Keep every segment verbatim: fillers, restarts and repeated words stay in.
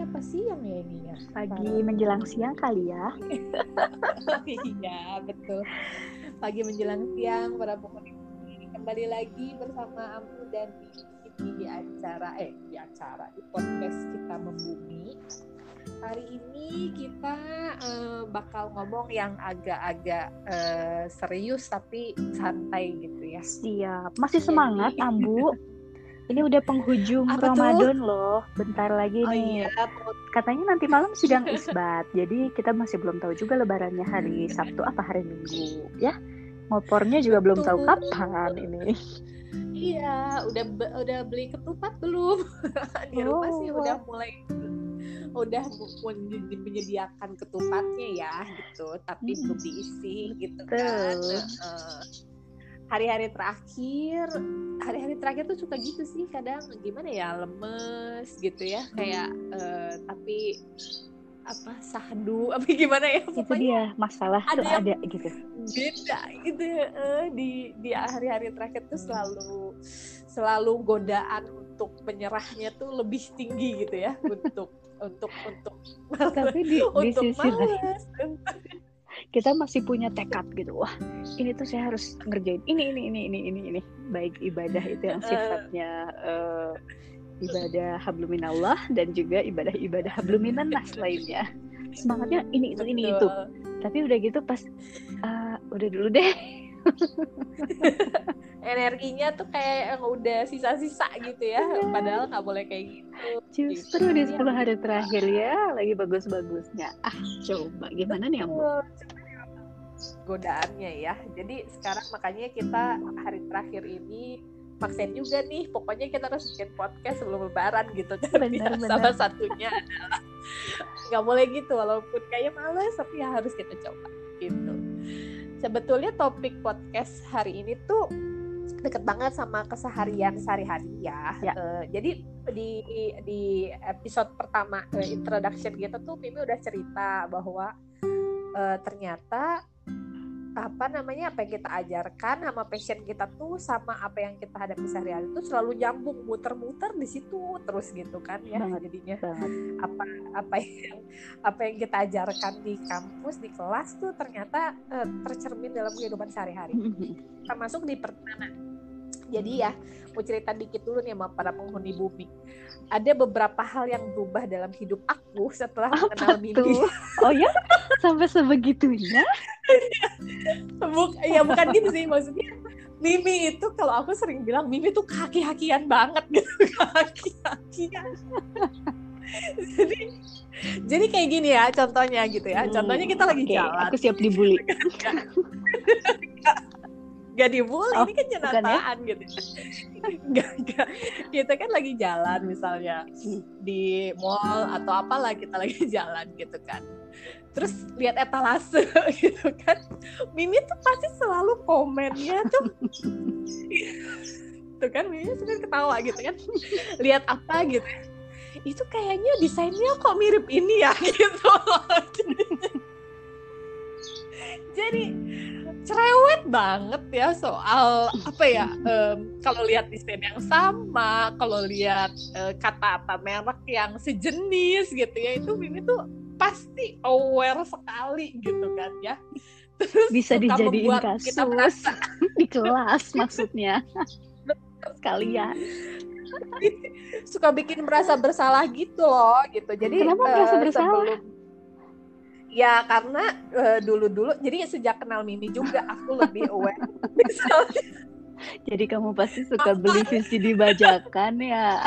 apa siang ya ini ya? Pagi menjelang siang kali ya. Iya betul. Pagi menjelang siang para penghuni bumi, kembali lagi bersama Amu dan Didi di acara eh di acara di podcast kita Membumi. Hari ini kita uh, bakal ngomong yang agak-agak uh, serius tapi santai gitu ya. Siap. Masih semangat Jadi... Ambu? Ini udah penghujung Apa Ramadan tuh? loh. Bentar lagi oh, nih. Iya. Katanya nanti malam sidang isbat. Jadi kita masih belum tahu juga lebarannya hari Sabtu apa hari Minggu ya. Ngopornya juga Betul. belum tahu kapan ini. Iya, udah udah beli ketupat belum? Di rumah oh. sih udah mulai udah menyediakan ketupatnya ya gitu, tapi hmm. belum diisi gitu kan. Uh, hari-hari terakhir, hari-hari terakhir tuh suka gitu sih, kadang gimana ya, lemes gitu ya, kayak uh, tapi apa sahdu apa gimana ya, itu dia masalah ada tuh ada gitu beda gitu uh, di di hari-hari terakhir tuh selalu selalu godaan untuk menyerahnya tuh lebih tinggi gitu ya, untuk untuk untuk tapi di, untuk di sisi lain kita masih punya tekad gitu, wah ini tuh saya harus ngerjain ini ini ini ini ini ini baik ibadah itu yang sifatnya uh, ibadah habluminallah dan juga ibadah-ibadah habluminannas lainnya, semangatnya ini itu ini itu, tapi udah gitu pas uh, udah dulu deh energinya tuh kayak yang udah sisa-sisa gitu ya, padahal nggak boleh kayak gitu. Justru di sepuluh hari terakhir ya lagi bagus-bagusnya. Ah coba gimana nih Ambu? Godaannya ya. Jadi sekarang makanya kita hari terakhir ini maksain juga nih, pokoknya kita harus bikin podcast sebelum lebaran gitu. Dan ya, salah satunya adalah nggak boleh gitu, walaupun kayak malas tapi ya harus kita coba gitu. Sebetulnya topik podcast hari ini tuh deket banget sama keseharian sehari-hari ya. ya. Uh, jadi di di episode pertama uh, introduction gitu tuh Mimi udah cerita bahwa uh, ternyata apa namanya apa yang kita ajarkan sama passion kita tuh sama apa yang kita hadapi sehari-hari tuh selalu nyambung, muter-muter di situ terus gitu kan ya. Banget, jadinya banget. apa apa yang apa yang kita ajarkan di kampus di kelas tuh ternyata uh, tercermin dalam kehidupan sehari-hari, termasuk di pertemanan. Jadi ya mau cerita dikit dulu nih sama para penghuni bumi. Ada beberapa hal yang berubah dalam hidup aku setelah apa mengenal Mimi. Oh ya? Sampai sebegitunya? Buk, ya bukan gitu sih, maksudnya Mimi itu kalau aku sering bilang Mimi tuh kaki-kakian banget gitu, kaki-kakian. jadi jadi kayak gini ya contohnya gitu ya. Contohnya kita lagi okay, jalan. Aku siap dibully. Gak dibully, oh, ini kan kenyataan ya? gitu. Gak, gak. Kita kan lagi jalan misalnya di mall atau apalah, kita lagi jalan gitu kan. Terus lihat etalase gitu kan. Mimi tuh pasti selalu komennya tuh tuh kan, Mimi sebenarnya ketawa gitu kan. Lihat apa gitu. Itu kayaknya desainnya kok mirip ini ya gitu. Jadi cerewet banget ya soal apa ya, um, kalau lihat desain yang sama, kalau lihat uh, kata-kata merek yang sejenis gitu ya, itu Mimi tuh pasti aware sekali gitu kan ya. Terus bisa dijadiin kasus kita merasa di kelas maksudnya sekalian. Suka bikin merasa bersalah gitu loh gitu. Jadi kenapa merasa uh, bersalah? Sebelum ya karena uh, dulu-dulu, jadi sejak kenal Mimi juga aku lebih aware. Misalnya, jadi kamu pasti suka beli V C D bajakan ya?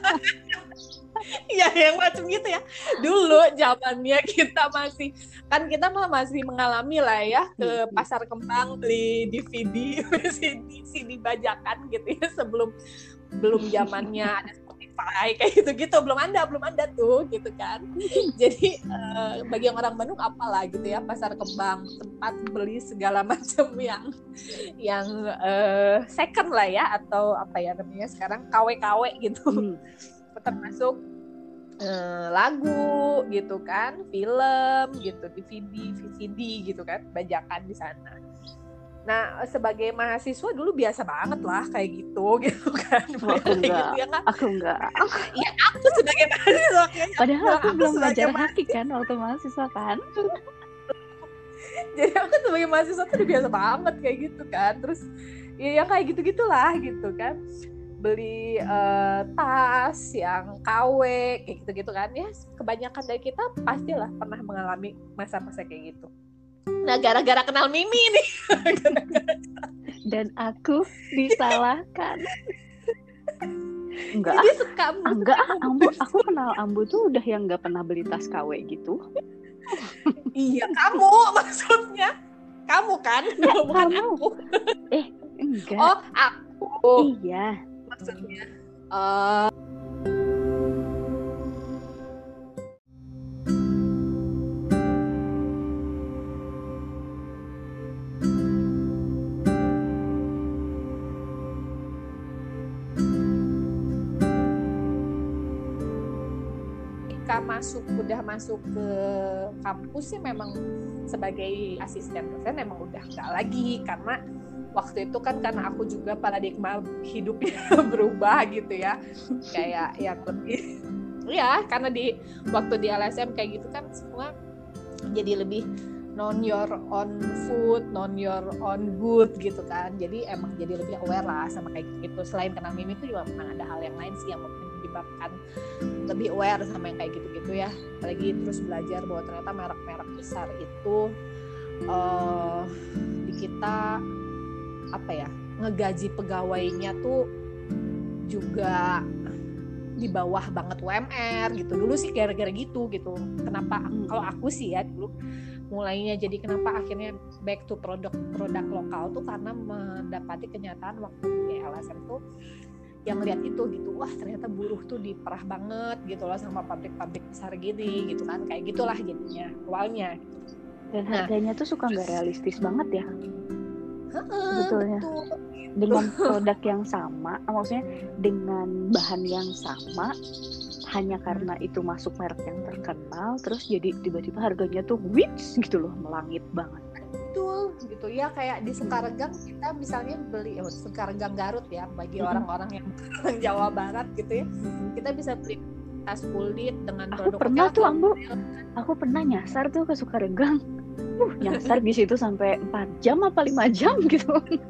Ya yang macam gitu ya. Dulu zamannya kita masih, kan kita mah masih mengalami lah ya ke pasar kembang beli D V D, C D, C D bajakan gitu ya, sebelum belum zamannya ada Spotify kayak gitu-gitu, belum ada belum ada tuh gitu kan. Jadi uh, bagi orang Bandung apalah gitu ya, pasar kembang, tempat beli segala macam yang yang uh, second lah ya, atau apa ya namanya sekarang, K W K W gitu. Hmm. Termasuk uh, lagu gitu kan, film gitu, D V D, V C D gitu kan, bajakan di sana. Nah, sebagai mahasiswa dulu biasa banget lah kayak gitu gitu kan. Oh, aku Kayak enggak, gitu ya kan. aku enggak. Iya, aku sebagai mahasiswa kayaknya. Padahal aku, aku belum sebagai belajar ma- haki kan waktu mahasiswa kan. Jadi aku sebagai mahasiswa tuh udah biasa banget kayak gitu kan. Terus ya yang kayak gitu-gitulah gitu kan. Beli eh, tas yang K W kayak gitu-gitu kan. Ya kebanyakan dari kita pastilah pernah mengalami masa-masa kayak gitu. Nah, gara-gara kenal Mimi nih. Dan aku disalahkan. Enggak, Jadi suka ah, enggak, ah, Ambu, aku kenal Ambu tuh udah yang nggak pernah beli tas K W gitu. Iya, kamu maksudnya. Kamu kan? Ya, Bukan kamu. aku. Eh, enggak. Oh, aku. Iya. Maksudnya. Uh, ketika masuk udah masuk ke kampus sih memang sebagai asisten dosen memang udah nggak lagi, karena waktu itu kan karena aku juga paradigma hidupnya berubah gitu ya, kayak yang lebih ya karena di waktu di L S M kayak gitu kan semua jadi lebih know your own food, know your own good gitu kan, jadi emang jadi lebih aware lah sama kayak gitu. Selain kenal Mimi itu juga memang ada hal yang lain sih yang menyebabkan lebih aware sama yang kayak gitu-gitu ya, apalagi terus belajar bahwa ternyata merek-merek besar itu uh, di kita apa ya, ngegaji pegawainya tuh juga di bawah banget U M R gitu. Dulu sih gara-gara gitu gitu. Kenapa kalau aku sih ya dulu mulainya jadi kenapa akhirnya back to produk produk lokal tuh karena mendapati kenyataan waktu di L S M tuh yang lihat itu gitu, wah ternyata buruh tuh diperah banget gitu loh sama pabrik-pabrik besar gini gitu kan, kayak gitulah jadinya awalnya gitu. Dan harganya nah, tuh suka nggak realistis banget ya. Sebetulnya betul. Dengan produk yang sama, maksudnya dengan bahan yang sama, hanya karena itu masuk merek yang terkenal, terus jadi tiba-tiba harganya tuh wits gitu loh, melangit banget. Betul gitu ya, kayak di Sukaregang kita misalnya beli oh, Sukaregang Garut ya, bagi mm-hmm. orang-orang yang Jawa Barat gitu ya, kita bisa beli tas kulit dengan aku produk. Aku pernah tuh Ambu, aku pernah nyasar tuh ke Sukaregang. Uh, nyasar di situ sampai empat jam apa lima jam gitu.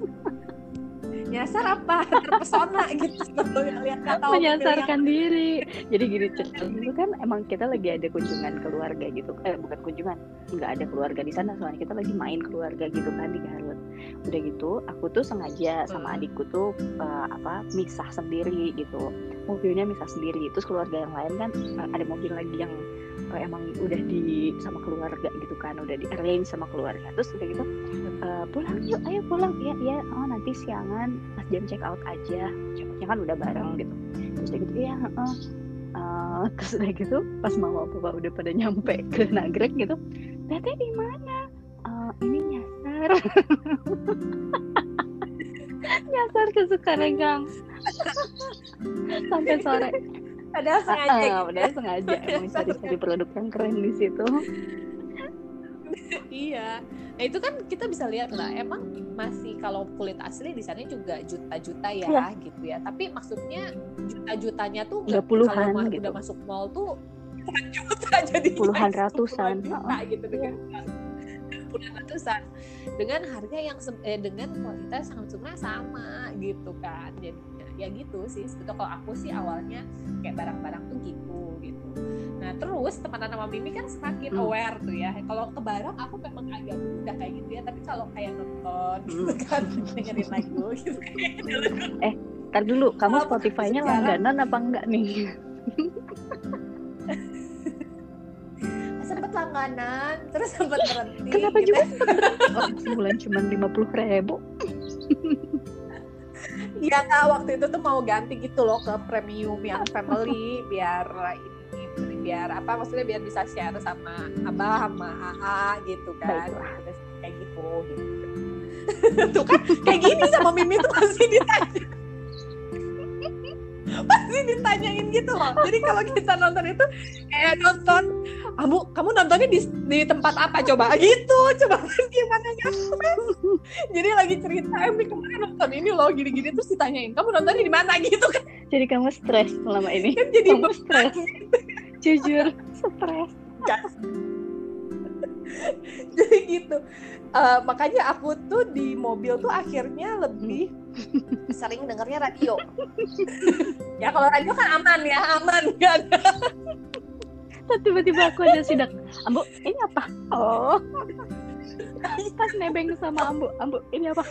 Nyasar apa? Terpesona gitu. Menyasarkan diri. Jadi gini cerita itu kan emang kita lagi ada kunjungan keluarga gitu. Eh bukan kunjungan, nggak ada keluarga di sana soalnya kita lagi main keluarga gitu kan di Garut. Udah gitu, aku tuh sengaja sama adikku tuh uh, apa misah sendiri gitu. Mobilnya misah sendiri. Terus keluarga yang lain kan uh, ada mobil lagi yang uh, emang udah di sama keluarga gitu kan, udah di arrange sama keluarga. Terus udah gitu uh, pulang yuk, ayo pulang ya ya. Oh nanti siangan pas jam check out aja. Check outnya kan udah bareng gitu. Terus udah gitu ya. Uh, uh, terus udah gitu pas mama papa udah pada nyampe ke Nagrek gitu. Teteh di mana? Uh, ini nyasar. Nyasar ke Sukaregang sampai sore. Padahal sengaja. Ah, gitu. Padahal sengaja emang cari-cari produk yang keren di situ. Iya. Nah itu kan kita bisa lihat lah, emang masih kalau kulit asli di sana juga juta-juta ya, ya gitu ya. Tapi maksudnya juta-jutanya tuh nggak puluhan kalau gitu. Udah masuk mall tuh puluhan juta jadi puluhan ratusan juta oh. gitu dengan puluhan ratusan dengan harga yang eh, dengan kualitas yang sebenarnya sama gitu kan. Jadi ya gitu sih. Sebetulnya kalau aku sih awalnya kayak barang-barang tuh gitu gitu. Nah terus teman-teman sama Mimi kan semakin hmm. aware tuh ya. Kalau ke barang aku memang agak mudah kayak gitu ya. Tapi kalau kayak nonton gitu kan dengerin lagu gitu. Eh, tar dulu. Kamu Spotify-nya langganan apa enggak nih? Sempet langganan, terus sempet berhenti. Kenapa gitu. Juga sempet berhenti? Oh, sebulan cuma lima puluh ribu. Iya kak, waktu itu tuh mau ganti gitu loh ke premium yang family biar ini biar apa maksudnya biar bisa share sama abah sama A A gitu kan. Terus kayak gitu gitu. Tuh kan kayak gini sama Mimi tuh masih ditanya. pasti ditanyain gitu loh. Jadi kalau kita nonton itu kayak nonton, kamu kamu nontonnya di, di tempat apa coba gitu, coba gimana nyampe. Jadi lagi cerita, Emi kemarin nonton ini loh gini-gini, terus ditanyain kamu nontonnya di mana gitu kan. Jadi kamu stres selama ini. Kan jadi kamu stres. Jujur stres. Jadi gitu. Uh, makanya aku tuh di mobil tuh akhirnya lebih sering dengernya radio. Ya kalau radio kan aman ya, aman kan. Terus tiba-tiba aku ada sidak, Ambu, ini apa? Oh, pas nebeng sama Ambu, Ambu, ini apa?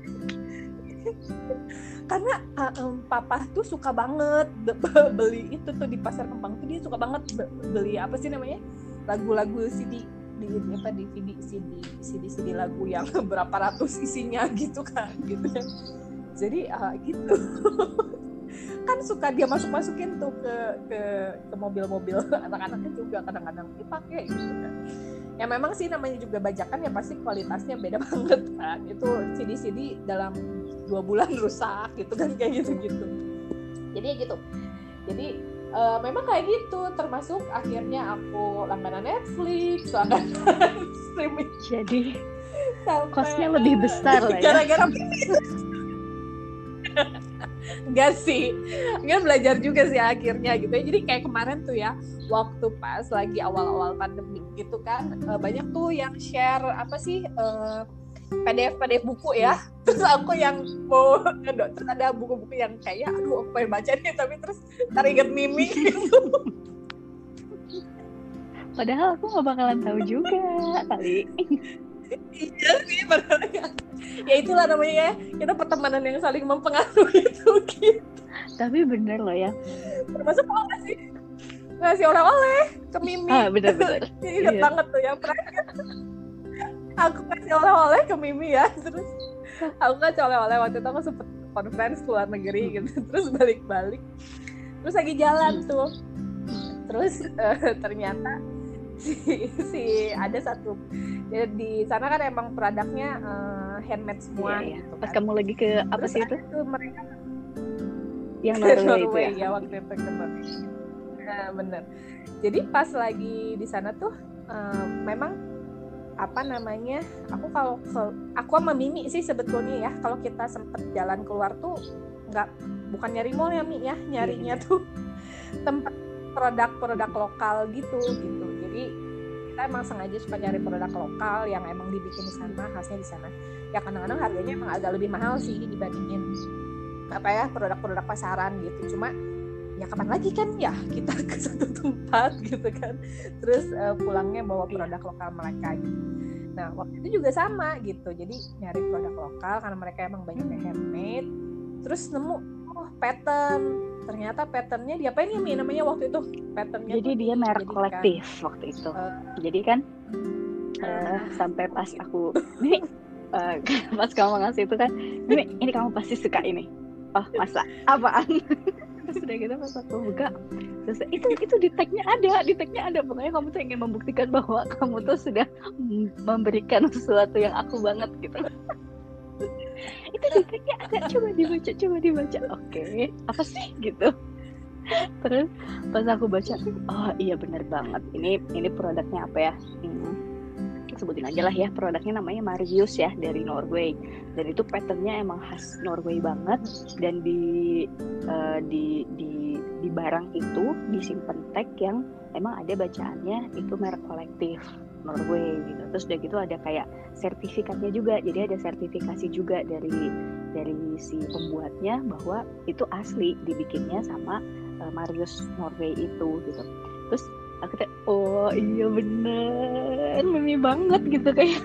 Karena uh, um, papa tuh suka banget be- beli itu tuh di Pasar Kembang tuh, dia suka banget be- beli apa sih namanya, lagu-lagu C D di apa D V D C D C D C D lagu yang berapa ratus isinya gitu kan, gitu kan. Jadi uh, gitu. Kan suka dia masuk-masukin tuh ke ke ke mobil-mobil anak-anaknya juga kadang-kadang dipakai gitu kan. Ya memang sih namanya juga bajakan ya pasti kualitasnya beda banget kan. Itu C D C D dalam dua bulan rusak gitu kan, kayak gitu-gitu. Jadi ya gitu. Jadi uh, memang kayak gitu, termasuk akhirnya aku langganan Netflix, langganan streaming. Jadi sampai kosnya lebih besar lah ya. Gara-gara enggak sih, enggak belajar juga sih akhirnya gitu ya. Jadi kayak kemarin tuh ya, waktu pas lagi awal-awal pandemi gitu kan, banyak tuh yang share apa sih uh, P D F P D F buku ya. Terus aku yang mau ngedot, terus ada buku-buku yang kayak aduh aku pengen baca nih, tapi terus ntar inget Mimi gitu. Padahal aku gak bakalan tahu juga kali. Iya sih, padahal ya itulah namanya ya, kita pertemanan yang saling mempengaruhi itu gitu. Tapi bener loh ya, termasuk mau ngasih ngasih oleh-oleh ke Mimi. Ah bener-bener. Jadi inget iya. banget tuh yang pernah aku kasih oleh-oleh ke Mimi ya. Terus aku kasih oleh-oleh waktu itu, aku sempet conference keluar negeri gitu. Terus balik-balik, terus lagi jalan tuh, terus uh, ternyata si, si ada satu ya, di sana kan emang produknya uh, handmade semua iya, gitu kan. Pas kamu lagi ke apa terus sih itu? Tuh mereka yang Norway, Norway itu ya? ya waktu itu ke Norway. Nah, bener. Jadi pas lagi di sana tuh uh, memang apa namanya? Aku kalau aku sama Mimi sih sebetulnya ya, kalau kita sempet jalan keluar tuh nggak bukan nyari mall ya Mi ya, nyarinya tuh tempat produk-produk lokal gitu gitu. Jadi kita emang sengaja suka nyari produk lokal yang emang dibikin di sana, khasnya di sana. Ya kadang-kadang harganya emang agak lebih mahal sih dibandingin apa ya produk-produk pasaran gitu. Cuma ya kapan lagi kan ya kita ke satu tempat gitu kan, terus uh, pulangnya bawa produk lokal mereka gitu. Nah waktu itu juga sama gitu, jadi nyari produk lokal karena mereka emang banyaknya handmade. Terus nemu oh pattern, ternyata patternnya diapain ya Mi namanya waktu itu patternnya. Jadi dia merek kolektif kan, waktu itu. Uh, jadi kan uh, sampai pas aku nih uh, pas kamu ngasih itu kan, ini ini kamu pasti suka ini. Oh masa apaan? Terus udah gitu pas aku buka, terus itu itu di tagnya ada, di tagnya ada pokoknya kamu tuh ingin membuktikan bahwa kamu tuh sudah memberikan sesuatu yang aku banget gitu. Itu di tagnya ada, coba dibaca, coba dibaca. Oke, okay, apa sih gitu? Terus pas aku baca, oh iya benar banget. Ini ini produknya apa ya? Hmm. Sebutin aja lah ya, produknya namanya Marius ya, dari Norway, dan itu patternnya emang khas Norway banget, dan di uh, di di di barang itu disimpan tag yang emang ada bacaannya itu merek kolektif Norway gitu. Terus udah gitu ada kayak sertifikatnya juga, jadi ada sertifikasi juga dari dari si pembuatnya bahwa itu asli dibikinnya sama uh, Marius Norway itu gitu. Terus aku kayak, oh iya bener, Mimi banget gitu kayak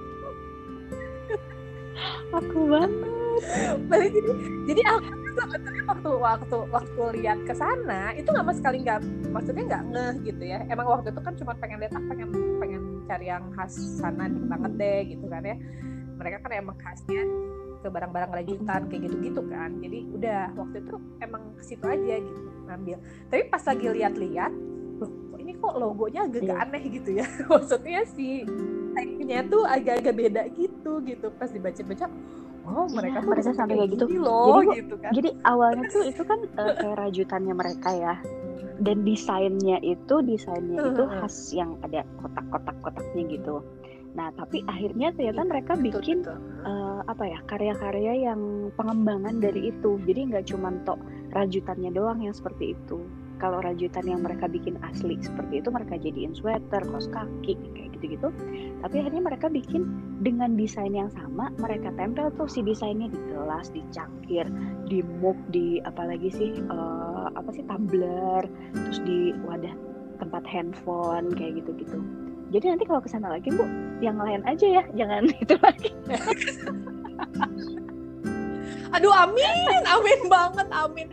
aku banget. Balik jadi, jadi aku sebetulnya waktu waktu waktu lihat ke sana itu sama sekali nggak, maksudnya nggak ngeh gitu ya. Emang waktu itu kan cuma pengen lihat, ah, pengen pengen cari yang khas sana banget deh gitu kan ya. Mereka kan emang khasnya ke barang-barang rajutan kayak gitu-gitu kan. Jadi udah waktu itu emang ke situ aja gitu ngambil. Tapi pas lagi lihat-lihat, ini kok logonya agak yeah. aneh gitu ya. Maksudnya si tag-nya tuh agak-agak beda gitu gitu. Pas dibaca-baca, oh mereka Iya, tuh mereka bisa sampai kayak kayak gitu. gini loh Jadi Bu, gitu kan. jadi awalnya tuh itu kan uh, kayak rajutannya mereka ya. Dan desainnya itu desainnya itu khas yang ada kotak-kotak-kotaknya gitu. Nah, tapi akhirnya ternyata mereka Betul, bikin betul. uh, apa ya karya-karya yang pengembangan dari itu. Jadi nggak cuma tok rajutannya doang yang seperti itu. Kalau rajutan yang mereka bikin asli seperti itu, mereka jadiin sweater, kaos kaki, kayak gitu-gitu. Tapi akhirnya mereka bikin dengan desain yang sama, mereka tempel tuh si desainnya di gelas, di cangkir, di mug, di apalagi sih uh, apa sih tumbler, terus di wadah tempat handphone kayak gitu-gitu. Jadi nanti kalau kesana lagi Bu, yang lain aja ya, jangan itu lagi. Aduh, amin, amin banget, amin.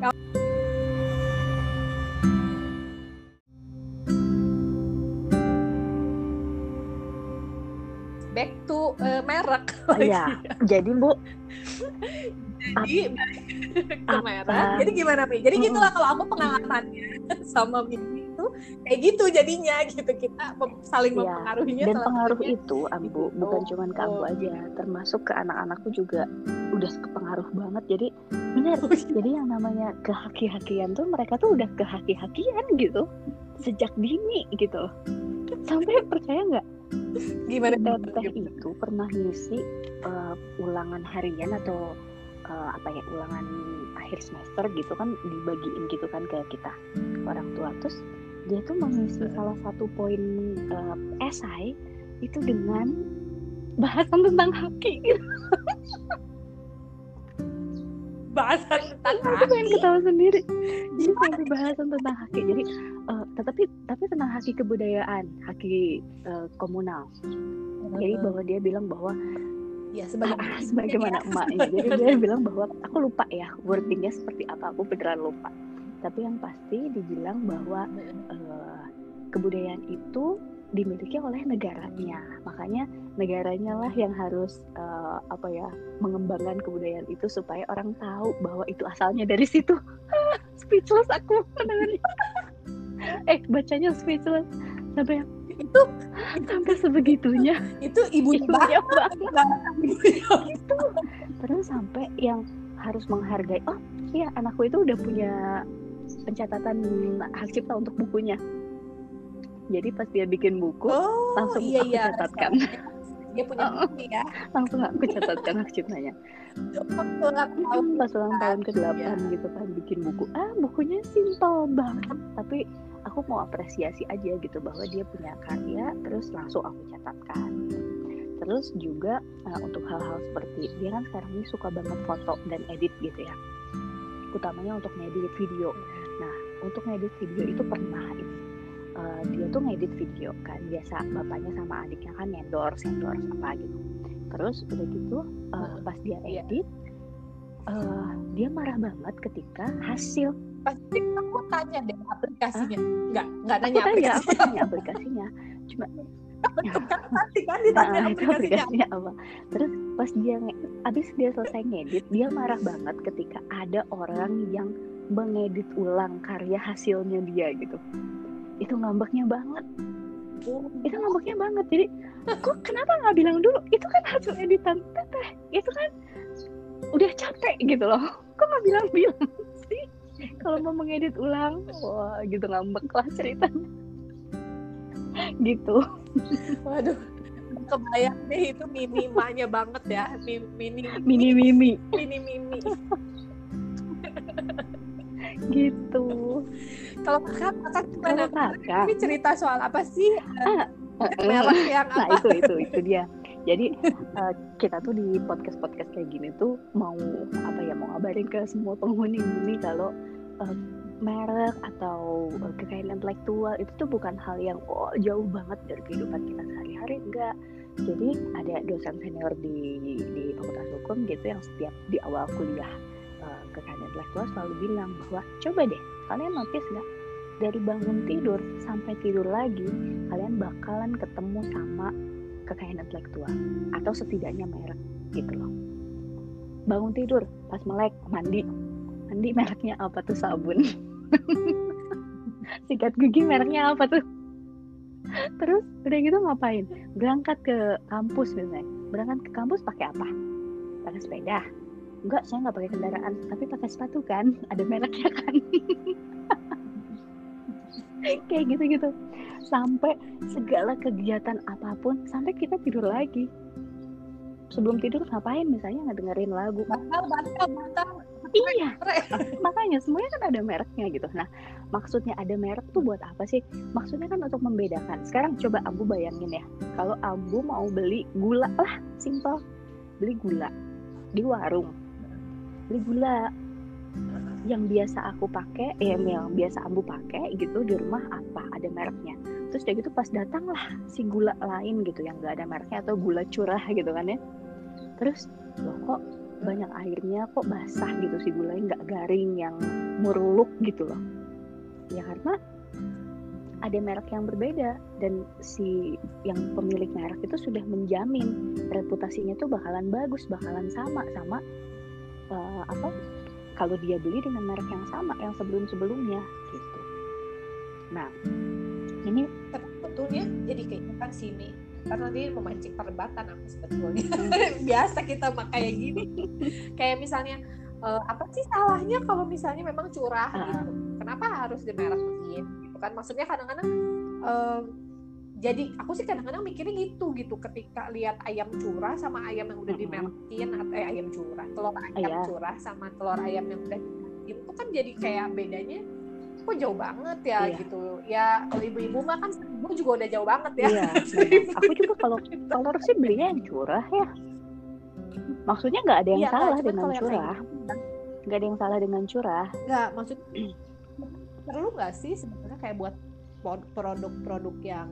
Back to uh, merek. Iya, jadi Bu. Jadi ke merek. Jadi gimana Mi? Jadi gitulah kalau aku pengalamannya sama Mimi itu kayak gitu jadinya gitu, kita saling ya, mempengaruhinya. Dan pengaruh itu Ambu gitu. bukan cuma ke Ambu aja, termasuk ke anak-anakku juga udah kepengaruh banget. Jadi benar, oh, iya. Jadi yang namanya kehaki-hakian tuh mereka tuh udah kehaki-hakian gitu sejak dini gitu. Sampai percaya nggak? Gimana Teteh itu pernah ngisi uh, ulangan harian atau uh, apa ya ulangan akhir semester gitu kan, dibagiin gitu kan ke kita orang tua. Terus dia tuh mengisi salah satu poin uh, esai itu dengan bahasan tentang haki gitu. Bahasan tentang haki. Aku pengen ketawa sendiri. Jadi sampai bahasan tentang haki. Jadi uh, tetapi tapi tentang haki kebudayaan, haki uh, komunal. Jadi bahwa dia bilang bahwa ya sebagai ah, sebagaimana emaknya. Jadi dia bilang bahwa aku lupa ya wordingnya seperti apa, aku beneran lupa. Tapi yang pasti dibilang bahwa uh, kebudayaan itu dimiliki oleh negaranya, makanya negaranya lah yang harus uh, apa ya mengembangkan kebudayaan itu supaya orang tahu bahwa itu asalnya dari situ. Speechless aku mendengarnya. eh bacanya speechless sampai itu sampai sebegitunya. Itu ibunya banget itu. Terus sampai yang harus menghargai, oh iya anakku itu udah punya pencatatan hak cipta untuk bukunya. Jadi pas dia bikin buku, oh, langsung iya, aku iya, catatkan. Dia punya buku ya. Langsung aku catatkan hak ciptanya. Pas ulang tahun ke delapan ya. Gitu kan bikin buku. Ah bukunya simpel banget, tapi aku mau apresiasi aja gitu bahwa dia punya karya, terus langsung aku catatkan. Terus juga nah, untuk hal-hal seperti dia kan sekarang ini suka banget foto dan edit gitu ya. Utamanya untuk ngedit video. Nah untuk ngedit video itu pernah uh, dia tuh ngedit video kan biasa bapaknya sama adiknya kan endorse endorse apa gitu. Terus udah gitu uh, pas dia edit uh, dia marah banget ketika hasil. Pasti aku tanya deh aplikasinya. Nggak, nggak aku nanya tanya, aplikasinya. aku tanya aplikasinya. Cuma pasti kan ditanya nah, aplikasinya. aplikasinya apa. Terus pas dia abis dia selesai ngedit, dia marah banget ketika ada orang yang mengedit ulang karya hasilnya dia gitu. Itu ngambeknya banget. Itu ngambeknya banget. Jadi kok kenapa nggak bilang dulu? Itu kan hasil editan teteh. Itu kan udah capek gitu loh. Kok nggak bilang-bilang sih? Kalau mau mengedit ulang, wah gitu ngambek lah ceritanya. Gitu. Waduh, kebayang deh itu minimanya banget ya, mini mini mimi, mini mimi. Gitu. Kalau kakak, kakak gimana? Kakak, ini cerita soal apa sih? Ah, merek yang nah, apa? itu itu itu dia. Jadi uh, kita tuh di podcast-podcast kayak gini tuh mau apa ya mau ngabarin ke semua penghuni bumi kalau uh, merek atau uh, kekayaan intelektual itu tuh bukan hal yang oh, jauh banget dari kehidupan kita sehari-hari, enggak. Jadi ada dosen senior di di Fakultas Hukum gitu yang setiap di awal kuliah uh, kekayaan intelektual selalu bilang bahwa coba deh kalian notice nggak dari bangun tidur sampai tidur lagi kalian bakalan ketemu sama kekayaan intelektual atau setidaknya merek gitu loh. Bangun tidur pas melek mandi mandi mereknya apa tuh sabun. Sikat gigi mereknya apa tuh. Terus udah gitu ngapain? Berangkat ke kampus misalnya. Berangkat ke kampus pakai apa? pakai sepeda. Enggak, saya nggak pakai kendaraan, tapi pakai sepatu kan, ada mereknya kan. Kayak gitu-gitu. Sampai segala kegiatan apapun, sampai kita tidur lagi. Sebelum tidur ngapain? Misalnya ngedengerin lagu. Batal, batal, batal. Iya, makanya semuanya kan ada mereknya gitu. Nah, maksudnya ada merek tuh buat apa sih? Maksudnya kan untuk membedakan. Sekarang coba Ambu bayangin ya, kalau Ambu mau beli gula lah, simple, beli gula di warung, beli gula yang biasa aku pakai, eh, yang biasa Ambu pakai gitu di rumah apa? Ada mereknya. Terus kayak gitu pas datang lah si gula lain gitu yang nggak ada mereknya atau gula curah gitu kan ya. Terus loh kok banyak airnya, kok basah gitu si gulanya, nggak garing yang muruluk gitu loh. Ya karena ada merek yang berbeda dan si yang pemilik merek itu sudah menjamin reputasinya tuh bakalan bagus, bakalan sama sama uh, apa kalau dia beli dengan merek yang sama yang sebelum-sebelumnya gitu. Nah ini sebetulnya jadi kayak kan sini karena dia memancing perdebatan aku sebetulnya. Biasa kita mah kayak gini. Kayak misalnya uh, apa sih salahnya kalau misalnya memang curah uh-huh. gitu. Kenapa harus dimerekin gitu kan? Maksudnya kadang-kadang uh, jadi aku sih kadang-kadang mikirnya gitu gitu ketika lihat ayam curah sama ayam yang udah dimerekin atau eh, ayam curah, telur ayam yeah. curah sama telur ayam yang udah dimerekin itu kan jadi kayak bedanya kok jauh banget ya iya. gitu ya. Kalau ibu-ibu mah kan seribu juga udah jauh banget ya. Iya, aku juga kalau telur sih belinya yang curah ya. Maksudnya nggak ada yang iya, salah dengan curah. Nggak ada yang salah dengan curah. Nggak, maksud perlu nggak sih sebenarnya kayak buat produk-produk yang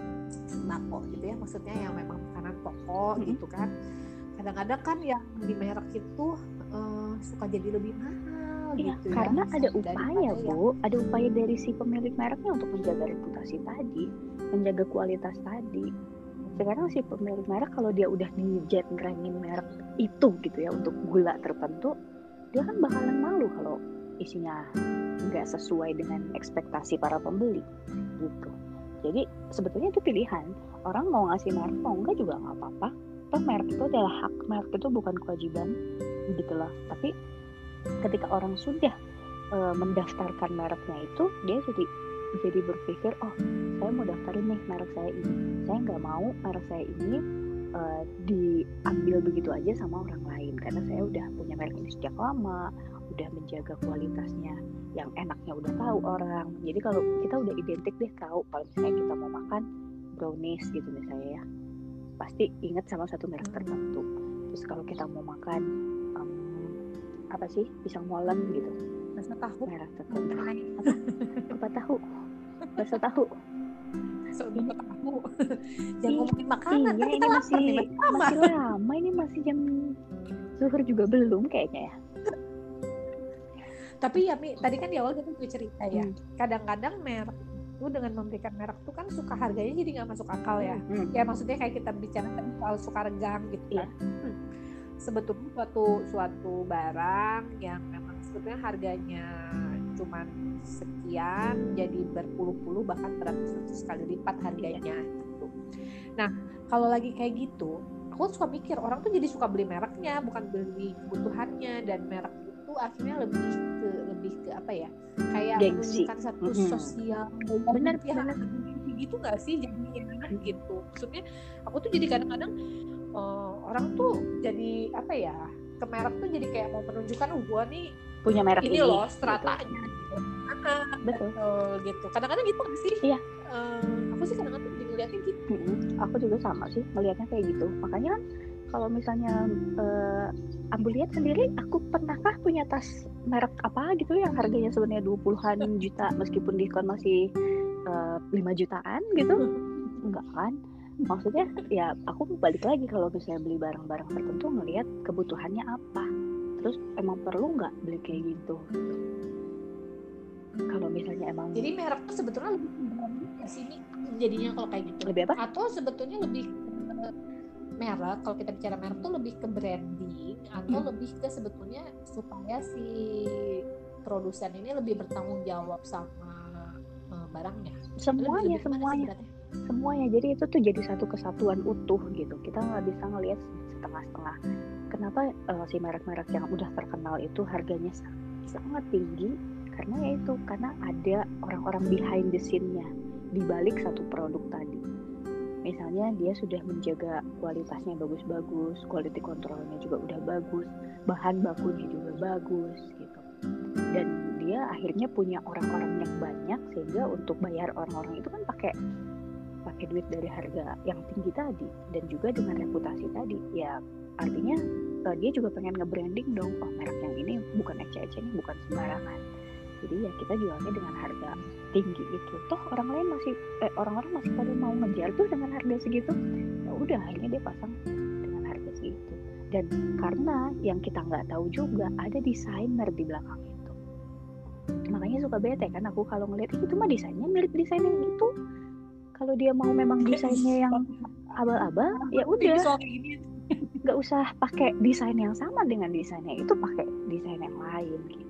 sembako gitu ya, maksudnya yang memang makanan pokok mm-hmm. gitu kan. Kadang-kadang kan yang di merek itu uh, suka jadi lebih mahal. Ya, gitu karena ya. ada upaya Bu, ada upaya dari si pemilik mereknya untuk menjaga reputasi tadi, menjaga kualitas tadi. Sekarang si pemilik merek kalau dia udah dijenrengin merek itu gitu ya untuk gula tertentu, dia kan bakalan malu kalau isinya nggak sesuai dengan ekspektasi para pembeli gitu. Jadi sebetulnya itu pilihan, orang mau ngasih merek mau enggak juga nggak apa-apa. Toh merek itu adalah hak, merek itu bukan kewajiban gitu loh. Tapi ketika orang sudah e, mendaftarkan mereknya itu, dia jadi jadi berpikir, oh saya mau daftarin nih merek saya ini, saya nggak mau merek saya ini e, diambil begitu aja sama orang lain karena saya udah punya merek ini sejak lama, udah menjaga kualitasnya, yang enaknya udah tahu orang. Jadi kalau kita udah identik deh tahu kalau misalnya kita mau makan brownies gitu misalnya ya, pasti ingat sama satu merek tertentu. Terus kalau kita mau makan apa sih pisang molen gitu, bakso tahu merek tertentu apa apa tahu bakso tahu bakso tahu jangan ngomongin makanan iya, ini masih nih, masih lama ini masih jam zuhur juga belum kayaknya ya. Tapi ya Mi, tadi kan di awal kita juga cerita ya hmm. kadang-kadang merek itu dengan memberikan merek tuh kan suka harganya jadi nggak masuk akal ya hmm. ya maksudnya kayak kita bicara soal suka regang gitu kan yeah. hmm. sebetulnya suatu suatu barang yang memang sebetulnya harganya cuman sekian jadi berpuluh-puluh bahkan beratus-ratus kali lipat harganya gitu. Nah kalau lagi kayak gitu aku suka mikir orang tuh jadi suka beli mereknya bukan beli kebutuhannya, dan merek itu akhirnya lebih ke lebih ke apa ya kayak gengsi. Menunjukkan satu mm-hmm. sosial benar ya gitu nggak sih jadinya gitu. Maksudnya aku tuh jadi kadang-kadang Uh, orang tuh jadi apa ya ke merek tuh jadi kayak mau menunjukkan oh gue nih punya merek ini, ini loh stratanya gitu. Ah, betul. betul gitu. Kadang-kadang gitu nggak sih? Iya. Uh, aku sih kadang-kadang jadi ngeliatnya gitu. Mm-hmm. Aku juga sama sih melihatnya kayak gitu. Makanya kalau misalnya uh, Ambu lihat sendiri, aku pernahkah punya tas merek apa gitu yang harganya sebenarnya dua puluhan juta meskipun diskon masih uh, lima jutaan gitu? Enggak kan? Maksudnya ya aku balik lagi kalau misalnya beli barang-barang tertentu ngelihat kebutuhannya apa, terus emang perlu nggak beli kayak gitu. Kalau misalnya emang jadi merek tuh sebetulnya lebih ke sini jadinya kalau kayak gitu lebih apa? Atau sebetulnya lebih ke merek, kalau kita bicara merek tuh lebih ke branding atau hmm. lebih ke sebetulnya supaya si produsen ini lebih bertanggung jawab sama uh, barangnya. Semuanya, semuanya. Semuanya, jadi itu tuh jadi satu kesatuan utuh gitu. Kita nggak bisa ngelihat setengah-setengah. Kenapa uh, si merek-merek yang udah terkenal itu harganya sangat tinggi? Karena ya itu, karena ada orang-orang behind the scene-nya di balik satu produk tadi. Misalnya dia sudah menjaga kualitasnya bagus-bagus, quality control-nya juga udah bagus, bahan bakunya juga bagus gitu. Dan dia akhirnya punya orang-orang yang banyak, sehingga untuk bayar orang-orang itu kan pakai pakai duit dari harga yang tinggi tadi, dan juga dengan reputasi tadi. Ya artinya uh, dia juga pengen nge-branding dong, oh merek yang ini bukan eceh-eceh nih, bukan sembarangan. Jadi ya kita jualnya dengan harga tinggi itu. Toh orang lain masih eh, orang-orang masih pada mau ngejar tuh dengan harga segitu. Ya udah, akhirnya dia pasang dengan harga segitu. Dan karena yang kita nggak tahu juga ada desainer di belakang itu. Makanya suka bete kan aku kalau ngeliat itu mah desainnya mirip desain yang itu. Kalau dia mau memang desainnya yang abal-abal, ya udah. Nggak usah pakai desain yang sama dengan desainnya itu, pakai desain yang lain gitu.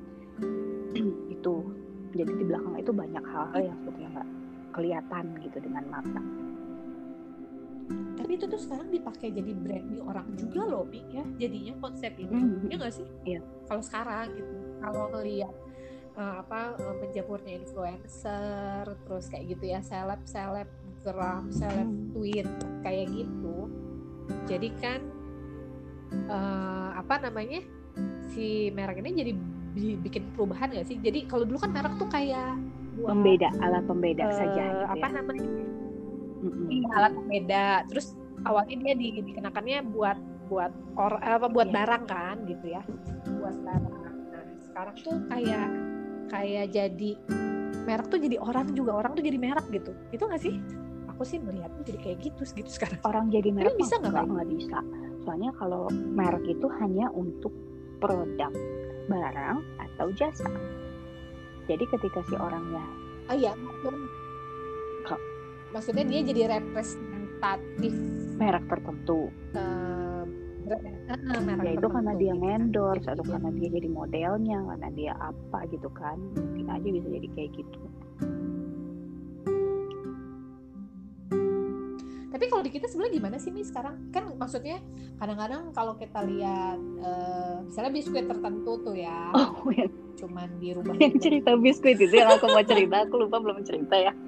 Itu jadi di belakang itu banyak hal-hal yang sebetulnya nggak kelihatan gitu dengan mata. Tapi itu tuh sekarang dipakai jadi branding orang juga loh, Mi, ya jadinya konsep ini, mm-hmm. ya nggak sih? Iya. Kalau sekarang gitu, kalau ngelihat uh, apa uh, menjamurnya influencer, terus kayak gitu ya, seleb seleb gram, seleb tweet kayak gitu, jadi kan uh, apa namanya si merek ini jadi bikin perubahan nggak sih? Jadi kalau dulu kan merek tuh kayak buat, pembeda, alat pembeda uh, saja gitu apa ya. namanya? Iya, alat pembeda. Terus awalnya dia di, dikenakannya buat buat or, apa buat yeah. barang kan gitu ya. Buat barang. Nah, sekarang tuh kayak kayak jadi merek tuh jadi orang juga, orang tuh jadi merek gitu. Itu nggak sih? Aku sih melihatnya jadi kayak gitu gitu sekarang. Orang jadi merek bisa nggak? Nggak bisa. Soalnya kalau merek itu hanya untuk produk, barang atau jasa. Jadi ketika si orangnya oh iya kok maksudnya dia jadi representatif merek tertentu, uh, merek ya itu karena dia endorse atau gitu. Karena dia jadi modelnya, karena dia apa gitu kan, mungkin aja bisa jadi kayak gitu. Tapi kalau di kita sebenarnya gimana sih, Mi, sekarang? Kan maksudnya kadang-kadang kalau kita lihat uh, misalnya biskuit tertentu tuh ya, oh, ya. cuman dirubah. Yang cerita biskuit itu yang aku mau cerita, aku lupa belum cerita ya.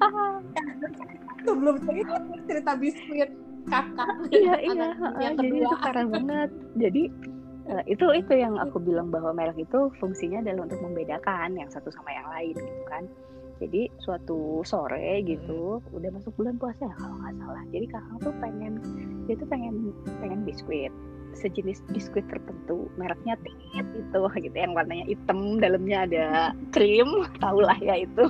Itu belum cerita, cerita biskuit kakak. Iya iya, uh, jadi itu parah banget. Jadi uh, itu itu yang aku bilang bahwa merek itu fungsinya adalah untuk membedakan yang satu sama yang lain gitu kan. Jadi suatu sore gitu, hmm. udah masuk bulan puasa ya kalau nggak salah. Jadi kakak tuh pengen, dia tuh pengen pengen biskuit, sejenis biskuit tertentu, mereknya Tit itu gitu, yang warnanya hitam, dalamnya ada krim, tahulah ya itu.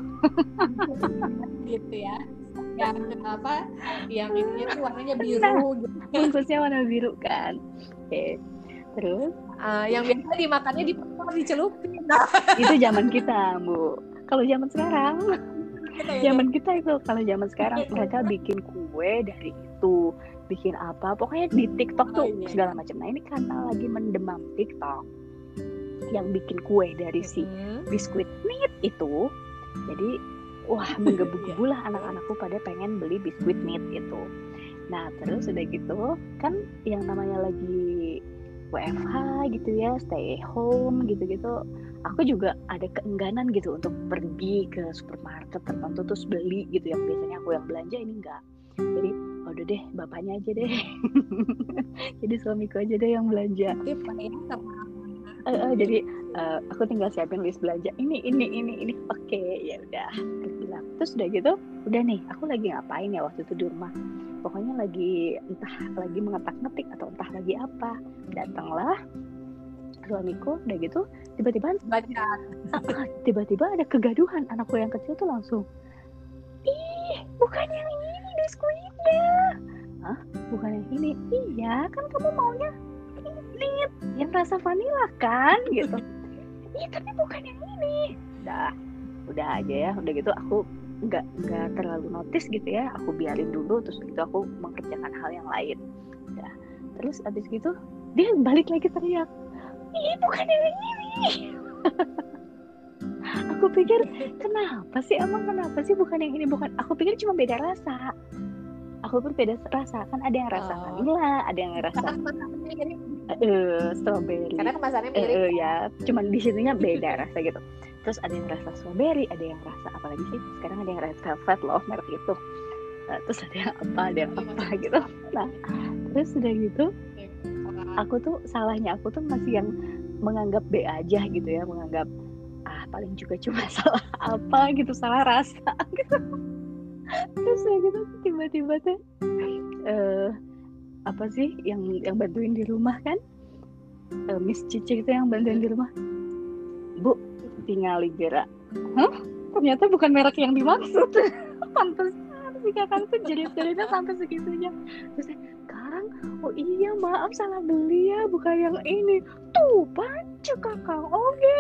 Gitu ya. Yang apa? Yang ini tuh warnanya biru. Nah, gitu. bungkusnya warna biru kan. Oke. Terus uh, yang biasa dimakannya di dicelupin. Itu zaman kita, Bu. Kalau zaman sekarang, zaman kita itu, kalau zaman sekarang mereka bikin kue dari itu, bikin apa, pokoknya di TikTok tuh oh, iya. segala macam. Nah ini karena lagi mendemam TikTok, yang bikin kue dari si biskuit Nit itu, jadi wah menggebu-gebu lah anak-anakku pada pengen beli biskuit Nit itu. Nah terus udah gitu, kan yang namanya lagi W F H gitu ya, stay home gitu-gitu, aku juga ada keengganan gitu untuk pergi ke supermarket tertentu terus beli gitu, yang biasanya aku yang belanja ini enggak. Jadi udah deh bapaknya aja deh. Jadi suamiku aja deh yang belanja. Uh, uh, jadi uh, aku tinggal siapin list belanja ini ini ini ini oke okay, ya udah bilang. Terus udah gitu udah nih aku lagi ngapain ya waktu itu di rumah, pokoknya lagi entah lagi mengetak-ngetik atau entah lagi apa, datanglah suamiku. Udah gitu tiba-tiba baca uh, tiba-tiba ada kegaduhan, anakku yang kecil tuh langsung, ih bukan yang ini biskuitnya. Hah bukan yang ini? Iya kan kamu maunya Nit yang rasa vanila kan gitu. Iya tapi bukan yang ini. Udah udah aja ya, udah gitu aku nggak nggak terlalu notice gitu ya, aku biarin dulu. Terus gitu aku mengerjakan hal yang lain. Udah terus abis gitu dia balik lagi teriak, ih bukan yang ini. Aku pikir kenapa sih, emang kenapa sih bukan yang ini, bukan, aku pikir cuma beda rasa. aku berbeda rasa. Kan ada yang rasa Oh. vanilla, ada yang rasa Karena kemasannya mirip. eh strawberry. Karena kemasannya Eh, mirip. eh, ya, cuman di situnya beda rasa gitu. Terus ada yang rasa strawberry, ada yang rasa apa lagi sih? Sekarang ada yang red velvet loh merek itu. Nah, terus ada yang apa, ada yang apa gitu. Nah, terus udah gitu, aku tuh salahnya aku tuh masih yang menganggap B aja gitu ya, menganggap ah paling juga cuma salah apa gitu, salah rasa gitu. Terus udah gitu tiba-tiba tuh eh apa sih yang yang bantuin di rumah kan, eh, Miss Cici itu yang bantuin di rumah, Bu tinggal Ligera. Hah? Ternyata bukan merek yang dimaksud. Pantesan si kakak tuh jerit-jeritnya sampai segitunya. Terus saya, Kang, oh iya maaf salah beli ya, bukan yang ini. Tuh baju kakak, oke.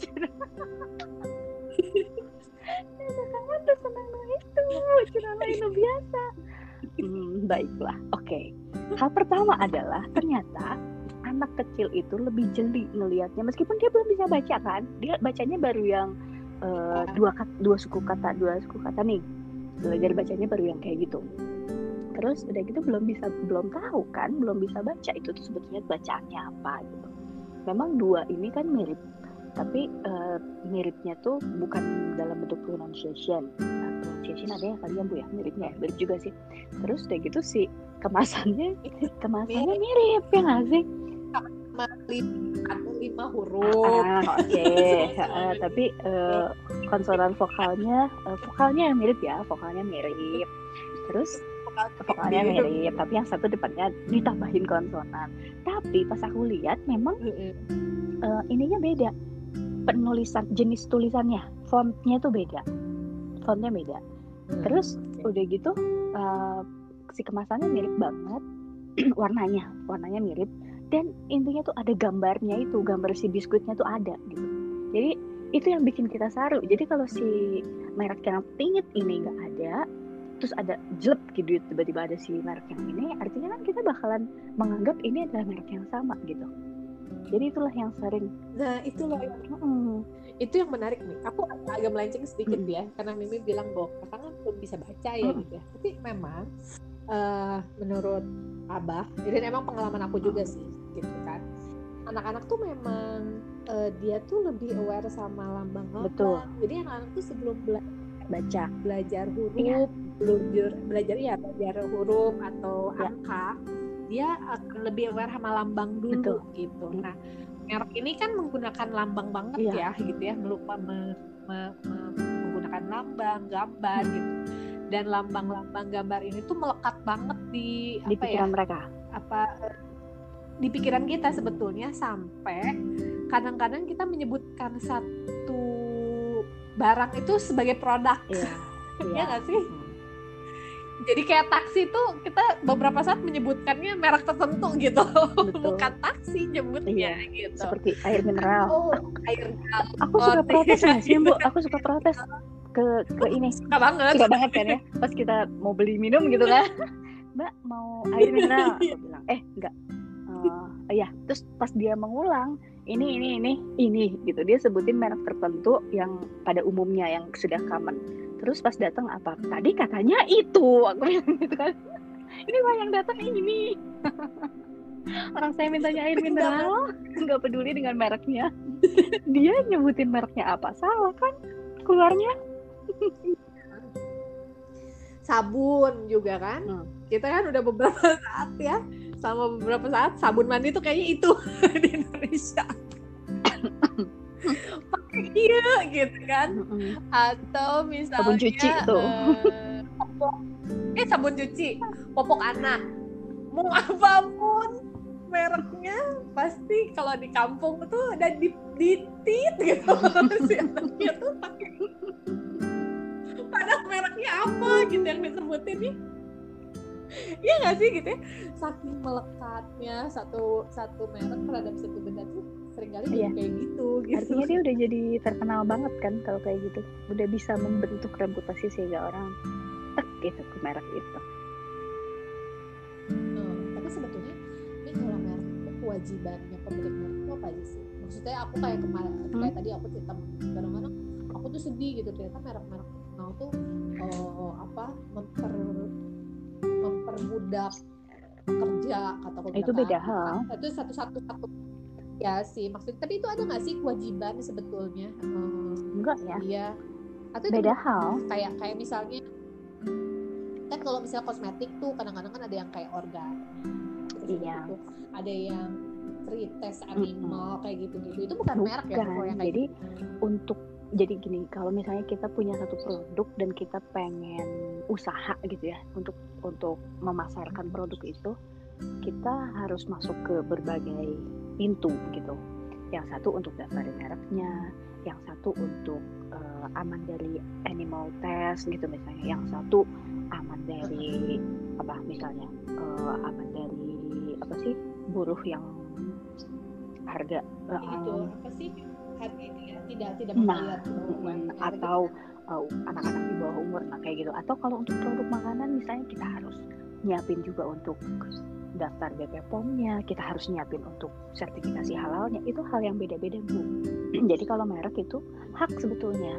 Kakak tuh senang dengan itu, cuma itu biasa. Hmm, baiklah, oke. Okay. Hal pertama adalah ternyata anak kecil itu lebih jeli ngelihatnya, meskipun dia belum bisa baca kan, dia bacanya baru yang uh, dua dua suku kata dua suku kata nih, belajar bacanya baru yang kayak gitu. Terus udah gitu belum bisa belum tahu kan, belum bisa baca itu tuh sebetulnya bacaannya apa gitu. Memang dua ini kan mirip, tapi uh, miripnya tuh bukan dalam bentuk pronunciation. Nah, pronunciation ada yang kalian Bu ya, miripnya mirip juga sih. Terus udah gitu sih kemasannya kemasannya mirip ya nggak sih? Sama lima, lima huruf. Ah, oke. Okay. uh, tapi uh, konsonan vokalnya uh, vokalnya yang mirip ya, vokalnya mirip. Terus vokalnya mirip, tapi yang satu depannya ditambahin konsonan. Tapi pas aku lihat memang uh, ininya beda. Penulisan, jenis tulisannya, fontnya tuh beda. Fontnya beda. Terus udah gitu uh, si kemasannya mirip banget. warnanya, warnanya mirip. Dan intinya tuh ada gambarnya itu, gambar si biskuitnya tuh ada gitu. Jadi itu yang bikin kita saru. Jadi kalau si merek yang pingit ini nggak ada, terus ada jelek gitu tiba-tiba ada si merek yang ini, artinya kan kita bakalan menganggap ini adalah merek yang sama gitu. Jadi itulah yang sering. Nah itulah yang hmm. itu yang menarik nih. Aku agak melenceng sedikit hmm. ya, karena Mimi bilang bahwa kakak kan belum bisa baca ya hmm. gitu ya. Tapi memang uh, menurut Abah, dan emang pengalaman aku juga sih gitu kan. Anak-anak tuh memang uh, dia tuh lebih aware sama lambang-lambang. Betul. Jadi anak-anak tuh sebelum bela- baca, belajar huruf, iya. belajar belajar ya belajar huruf atau ya. angka, dia akan lebih aware sama lambang dulu. Betul. Gitu. Nah, merek ini kan menggunakan lambang banget iya. ya, gitu ya, melupa me, me, me, menggunakan lambang, gambar hmm. gitu. Dan lambang-lambang gambar ini tuh melekat banget di, di apa pikiran ya, mereka. Apa di pikiran kita sebetulnya, sampai kadang-kadang kita menyebutkan satu barang itu sebagai produk. Iya. Ya nggak sih? Hmm. Jadi kayak taksi tuh kita beberapa saat menyebutkannya merek tertentu gitu. Betul. Bukan taksi nyebutnya iya. gitu. Seperti air mineral. Oh, air mineral. Aku suka protes nggak sih, Bu? Aku suka protes ke ke ini. Suka banget. Suka banget kan ya. Pas kita mau beli minum gitu kan. Mbak mau air mineral? Aku bilang, eh enggak. Uh, ya, terus pas dia mengulang, ini ini ini ini gitu, dia sebutin merek tertentu yang pada umumnya yang sudah common. Terus pas datang apa? Tadi katanya itu, aku bilang gitu kan. Ini mah yang datang ini. Orang saya mintanya air mineral, nggak peduli dengan mereknya. Dia nyebutin mereknya apa? Salah kan? Keluarnya. Sabun juga kan? Hmm. Kita kan udah beberapa saat ya, sama beberapa saat sabun mandi tuh kayaknya itu di Indonesia. Pakai iya gitu kan? Mm-hmm. Atau misalnya sabun cuci tuh. Uh, popok, eh sabun cuci, popok anak. Mau apapun mereknya pasti kalau di kampung tuh ada di ditit gitu. Si anaknya tuh pakai. Padahal mereknya apa gitu yang disebutin nih. Iya nggak sih gitu ya, saking melekatnya satu satu merek terhadap satu benda tuh seringkali iya. kayak gitu, gitu. Artinya dia udah jadi terkenal banget kan kalau kayak gitu, udah bisa membentuk reputasi sehingga orang tek gitu ke merek itu. Hmm, tapi sebetulnya ini kalau merek itu kewajibannya pemilik merek itu apa aja sih? Maksudnya aku kayak kemarin hmm. kayak tadi aku cerita kadang-kadang aku tuh sedih gitu ternyata merek-merek terkenal tuh oh, apa memper mem produk kerja kata aku Itu beda hal. Itu satu-satu satu ya sih maksudnya. Tapi itu ada nggak sih kewajiban sebetulnya? Hmm, enggak ya? Iya. Atau beda itu, hal. Kayak kayak misalnya kan kalau misalnya kosmetik tuh kadang-kadang kan ada yang kayak organ. Iya. Gitu. Ada yang free test animal mm-hmm. kayak gitu-gitu. Itu bukan, bukan merek ya? Yang jadi gitu. untuk jadi gini, kalau misalnya kita punya satu produk dan kita pengen usaha gitu ya untuk untuk memasarkan produk itu, kita harus masuk ke berbagai pintu gitu. Yang satu untuk daftarin mereknya, yang satu untuk uh, aman dari animal test gitu misalnya, yang satu aman dari apa misalnya uh, aman dari apa sih buruh yang harga uh, itu apa sih harga itu ya tidak tidak membayar nah, atau uh, anak-anak di bawah umur nah kayak gitu. Atau kalau untuk produk makanan misalnya kita harus nyiapin juga untuk daftar B P P O M-nya, kita harus nyiapin untuk sertifikasi halalnya. Itu hal yang beda-beda Bu. Jadi kalau merek itu hak sebetulnya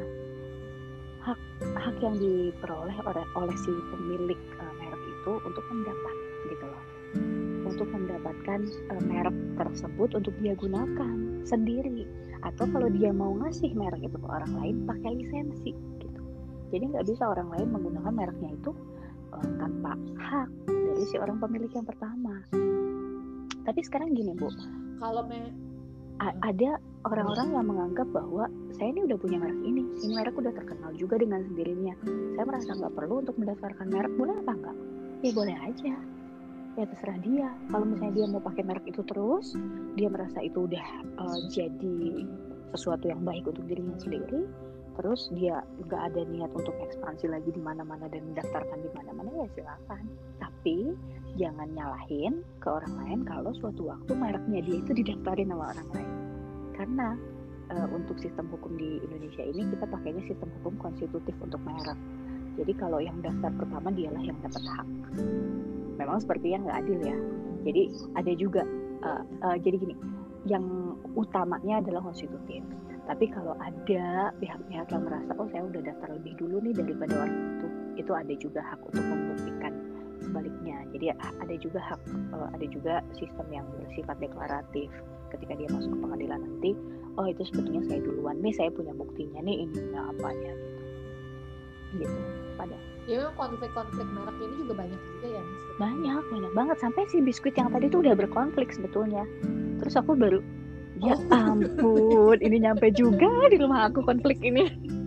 hak hak yang diperoleh oleh oleh si pemilik uh, merek itu untuk mendapat gitu loh, untuk mendapatkan uh, merek tersebut untuk dia gunakan sendiri, atau kalau dia mau ngasih merek itu ke orang lain pakai lisensi gitu. Jadi nggak bisa orang lain menggunakan mereknya itu uh, tanpa hak dari si orang pemilik yang pertama. Tapi sekarang gini Bu, kalau me- a- ada orang-orang yang menganggap bahwa saya ini udah punya merek ini, ini merek udah terkenal juga dengan sendirinya, saya merasa nggak perlu untuk mendaftarkan merek. Boleh apa enggak? Ya boleh aja, ya terserah dia. Kalau misalnya dia mau pakai merek itu terus, dia merasa itu udah uh, jadi sesuatu yang baik untuk dirinya sendiri, terus dia nggak ada niat untuk ekspansi lagi di mana-mana dan mendaftarkan di mana-mana, ya silakan. Tapi jangan nyalahin ke orang lain kalau suatu waktu mereknya dia itu didaftarin sama orang lain. Karena uh, untuk sistem hukum di Indonesia ini kita pakainya sistem hukum konstitutif untuk merek. Jadi kalau yang daftar pertama dialah yang dapat hak. Memang sepertinya nggak adil ya. Jadi ada juga uh, uh, jadi gini, yang utamanya adalah konstitutif. Tapi kalau ada pihak-pihak yang merasa oh saya udah daftar lebih dulu nih daripada orang itu, itu ada juga hak untuk membuktikan sebaliknya. Jadi ada juga hak, uh, ada juga sistem yang bersifat deklaratif. Ketika dia masuk ke pengadilan nanti, oh itu sebetulnya saya duluan nih, saya punya buktinya nih, ini apanya gitu. Gitu. Pada. Ya memang konflik-konflik merek ini juga banyak juga ya Mas. Banyak, banyak banget. Sampai si biskuit yang tadi tuh udah berkonflik sebetulnya. Terus aku baru, ya ampun, ini nyampe juga di rumah aku konflik ini.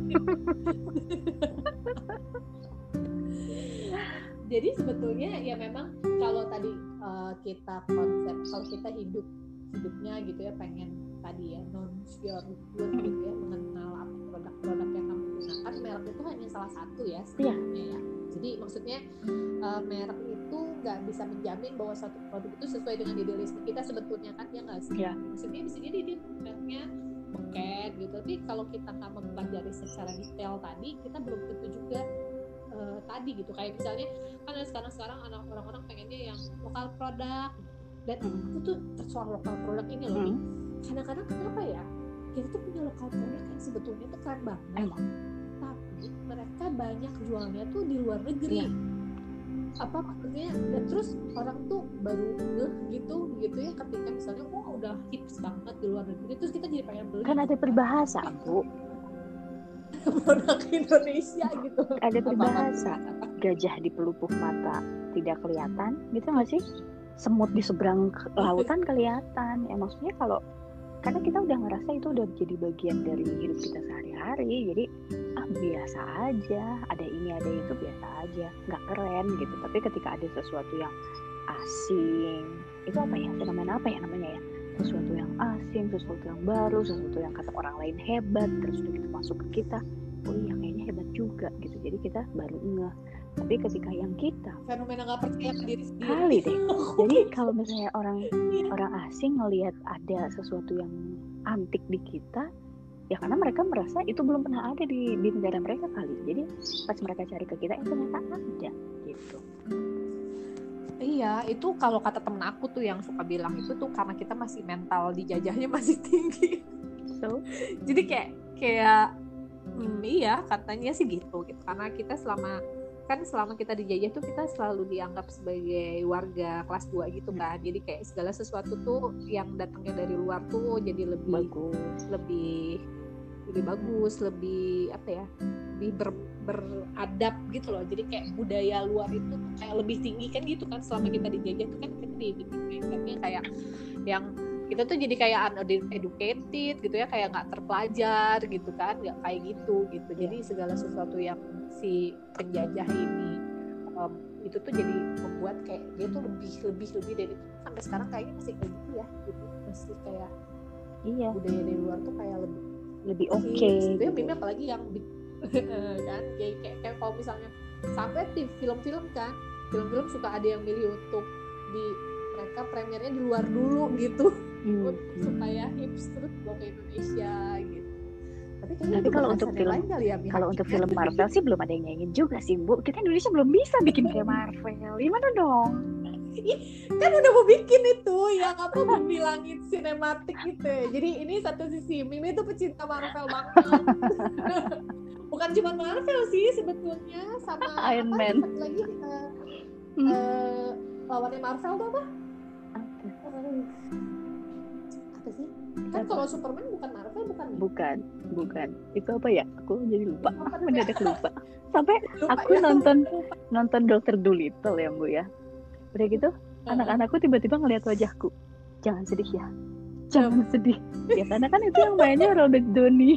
Jadi sebetulnya ya memang kalau tadi uh, kita konsep, kalau kita hidup hidupnya gitu ya pengen tadi ya non your good gitu ya, mengenal apa produk-produk yang kamu gunakan, merek itu hanya salah satu ya sebenarnya ya. Jadi maksudnya uh, merek itu nggak bisa menjamin bahwa satu produk itu sesuai dengan idealisme kita sebetulnya kan ya nggak sih? Ya. Maksudnya bisa jadi dia mereknya beken gitu, tapi kalau kita nggak mempelajari secara detail tadi, kita belum tentu juga uh, tadi gitu. Kayak misalnya kan sekarang-sekarang anak orang-orang pengennya yang lokal produk. Dan aku tuh soal lokal produk ini loh, hmm. kadang-kadang kenapa ya kita tuh punya lokal produk yang sebetulnya tuh keren banget, emang. Tapi mereka banyak jualnya tuh di luar negeri. Ya. Apa maksudnya? Dan terus orang tuh baru ngeh gitu, gitu ya ketika misalnya, oh udah hits banget di luar negeri, terus kita jadi pengen beli. Kan ada peribahasa, Bu. Produk Indonesia gitu. Ada peribahasa, gajah di pelupuk mata tidak kelihatan, gitu nggak sih? Semut di seberang lautan kelihatan. Ya maksudnya kalau karena kita udah ngerasa itu udah jadi bagian dari hidup kita sehari-hari, jadi ah biasa aja, ada ini ada itu biasa aja, nggak keren gitu. Tapi ketika ada sesuatu yang asing, itu apa ya, fenomena apa ya namanya ya, sesuatu yang asing, sesuatu yang baru, sesuatu yang kata orang lain hebat, terus udah gitu masuk ke kita, oh iya kayaknya hebat juga gitu. Jadi kita baru ngeh. Tapi ketika yang kita fenomena nggak percaya ke diri sendiri kali deh. Jadi kalau misalnya orang orang asing ngelihat ada sesuatu yang antik di kita, ya karena mereka merasa itu belum pernah ada di, di negara mereka kali. Jadi pas mereka cari ke kita, itu ternyata ada gitu. Iya, itu kalau kata temen aku tuh yang suka bilang itu tuh karena kita masih mental dijajahnya masih tinggi. So, jadi kayak kayak hmm, iya katanya sih gitu gitu. Karena kita selama kan selama kita dijajah tuh kita selalu dianggap sebagai warga kelas dua gitu kan. Jadi kayak segala sesuatu tuh yang datangnya dari luar tuh jadi lebih bagus, lebih lebih bagus, lebih apa ya? Lebih ber, beradab gitu loh. Jadi kayak budaya luar itu kayak lebih tinggi kan gitu kan. Selama kita dijajah tuh kan kita dibikin mindsetnya kayak yang kita tuh jadi kayak uneducated gitu ya, kayak nggak terpelajar gitu kan, nggak kayak gitu gitu. Jadi segala sesuatu yang si penjajah ini um, itu tuh jadi membuat kayak dia tuh lebih lebih lebih dari sampai sekarang kayaknya masih kayak gitu ya, gitu masih kayak iya, budaya dari luar tuh kayak lebih lebih oke okay, gitu ya. gitu. Mimpi apalagi yang kan kayak kayak, kayak kalau misalnya sampai di film-film kan, film-film suka ada yang milih untuk di mereka premiernya di luar dulu gitu. Hmm. supaya hits terus bawa ke Indonesia gitu. Tapi, Tapi kalau untuk film ya, kalau untuk film Marvel sih belum ada yang nyanyiin juga sih, Bu. Kita Indonesia belum bisa bikin kayak Marvel. Gimana dong? Kan udah mau bikin itu yang apa Bumi Langit sinematik gitu. Jadi ini satu sisi Mimi tuh pecinta Marvel banget. Bukan cuma Marvel sih sebetulnya, sama Iron apa, Man. Satu lagi uh, hmm. uh, lawannya Marvel tuh apa? Apa? Uh, apa sih? Kan kalau Superman bukan Marvel bukan? Bukan, bukan. Itu apa ya? Aku jadi lupa. Aku mendadak lupa. Sampai lupa, aku ya. nonton nonton Dokter Dolittle ya, Bu ya. Udah gitu, uh-huh. anak-anakku tiba-tiba ngeliat wajahku. Jangan sedih ya. Jangan sedih. Ya karena kan itu yang mainnya Robert Downey.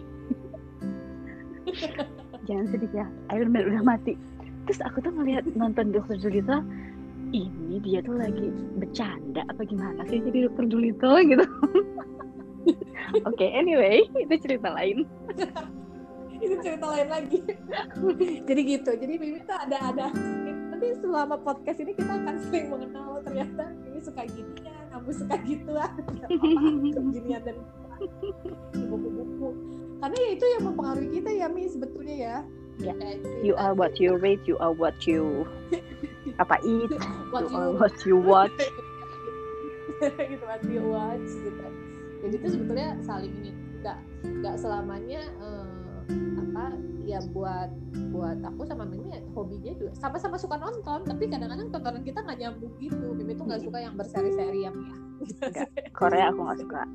Jangan sedih ya. Iron Man udah mati. Terus aku tuh ngeliat nonton Dokter Dolittle, ini dia tuh lagi bercanda apa gimana sih jadi Dokter Dolittle gitu. Oke, okay, anyway, itu cerita lain. Itu cerita lain lagi. Jadi gitu. Jadi Mimi tuh ada-ada. Nanti selama podcast ini kita akan sering mengenal ternyata Mimi suka ginian, kamu suka gituan, ginian dan di buku-buku. Karena ya itu yang mempengaruhi kita ya, Mi, sebetulnya ya. Yeah. You are what you read, you are what you apa eat, what you, you are what you watch. Gitu, what you watch gitu. Jadi itu sebetulnya saling ini, nggak nggak selamanya uh, apa ya buat buat aku sama Mimi hobinya juga sama-sama suka nonton, tapi kadang-kadang tontonan kita nggak nyambung gitu. Mimi tuh nggak suka yang berseri-seri yang ya. Enggak. Korea aku nggak suka.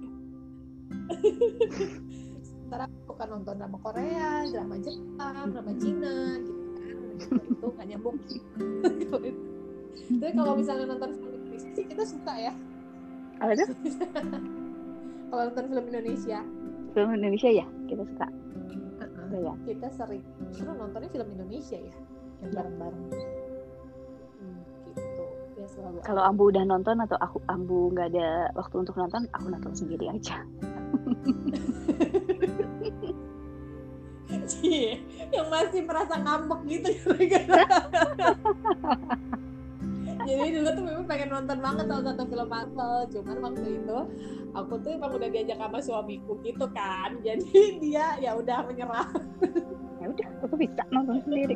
Sementara aku suka nonton drama Korea, drama Jepang, drama Cina gitu kan. Itu nggak nyambung. Tapi kalau misalnya nonton film Indonesia sih kita suka ya. Apa tuh? Kalau nonton film Indonesia, film Indonesia ya kita suka. Uh-uh. Ya. Kita sering seru nontonnya film Indonesia ya, yang bareng-bareng. Hmm, gitu. Ya selalu. Kalau Ambu udah nonton atau aku Ambu nggak ada waktu untuk nonton, aku nonton sendiri aja. Cie, yang masih merasa ngambek gitu gara-gara. Jadi dulu tuh memang pengen nonton banget salah satu film Marvel, cuman waktu itu aku tuh emang udah diajak sama suamiku gitu kan, jadi dia ya udah menyerah. Ya udah, aku bisa nonton sendiri.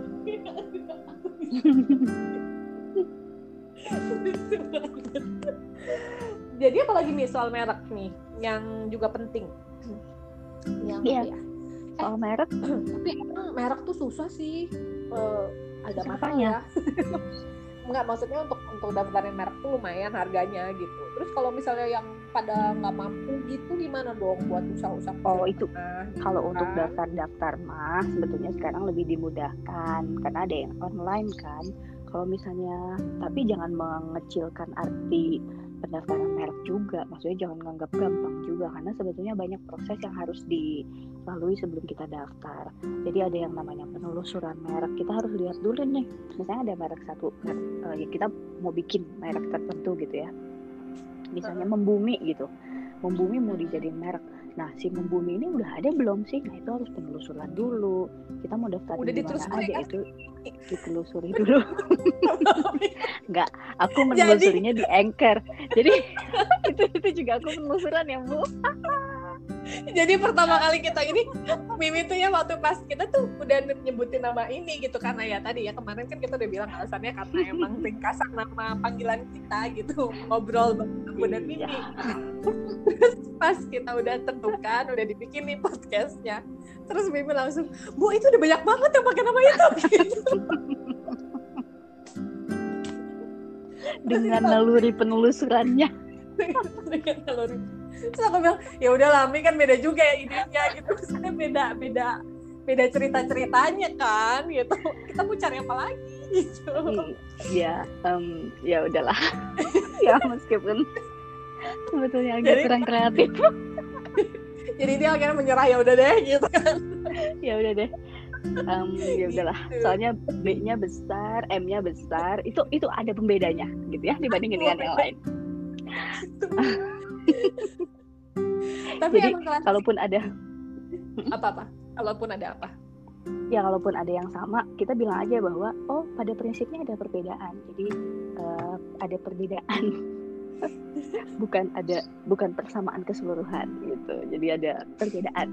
Jadi apalagi nih soal merek nih yang juga penting. Yang iya. Ya? Soal eh, merek, tapi emang merek tuh susah sih, uh, agak mahal ya. Enggak, maksudnya untuk untuk daftarin merek tuh lumayan harganya gitu. Terus kalau misalnya yang pada nggak mampu gitu gimana dong buat usaha-usaha? Oh itu nah, kalau gitu untuk kan. daftar-daftar mah sebetulnya sekarang lebih dimudahkan karena ada yang online kan. Kalau misalnya, tapi jangan mengecilkan arti pendaftaran merek juga. Maksudnya jangan menganggap gampang juga karena sebetulnya banyak proses yang harus dilalui sebelum kita daftar. Jadi ada yang namanya penelusuran merek. Kita harus lihat dulu nih. Misalnya ada merek satu, merek, uh, ya kita mau bikin merek tertentu gitu ya. Misalnya Membumi gitu. Membumi mau dijadiin merek. Nah, si Membumi ini udah ada belum sih? Nah, itu harus penelusuran dulu. Kita mau daftar di mana aja kan? Itu ditelusuri dulu. Enggak, aku menelusurinya di Anchor. Jadi itu itu juga aku penelusuran ya, Bu. Jadi pertama kali kita ini Mimi tuh ya waktu pas kita tuh udah nyebutin nama ini gitu karena ya tadi ya kemarin kan kita udah bilang alasannya karena emang ringkasan nama panggilan kita gitu, ngobrol Bu dan Mimi. Terus pas kita udah tentukan, udah dibikin nih podcastnya, terus Mimi langsung, Bu itu udah banyak banget yang pakai nama itu gitu. dengan naluri penelusurannya. dengan naluri. Terus aku bilang, ya udah lah, Mi kan beda juga ya idenya gitu, maksudnya beda beda beda cerita ceritanya kan, gitu. Kita mau cari apa lagi gitu. Ya, um, ya udahlah. Ya meskipun sebetulnya agak jadi, kurang kreatif. Jadi dia akhirnya menyerah, ya udah deh gitu kan. Ya udah deh. Um, ya udahlah. Gitu. Soalnya B-nya besar, M-nya besar. Itu itu ada pembedanya gitu ya dibandingin dengan yang lain. Tapi jadi emang kalaupun ada apa-apa, kalaupun ada apa? Ya kalaupun ada yang sama, kita bilang aja bahwa oh pada prinsipnya ada perbedaan. Jadi uh, ada perbedaan. bukan ada bukan persamaan keseluruhan gitu. Jadi ada perbedaan.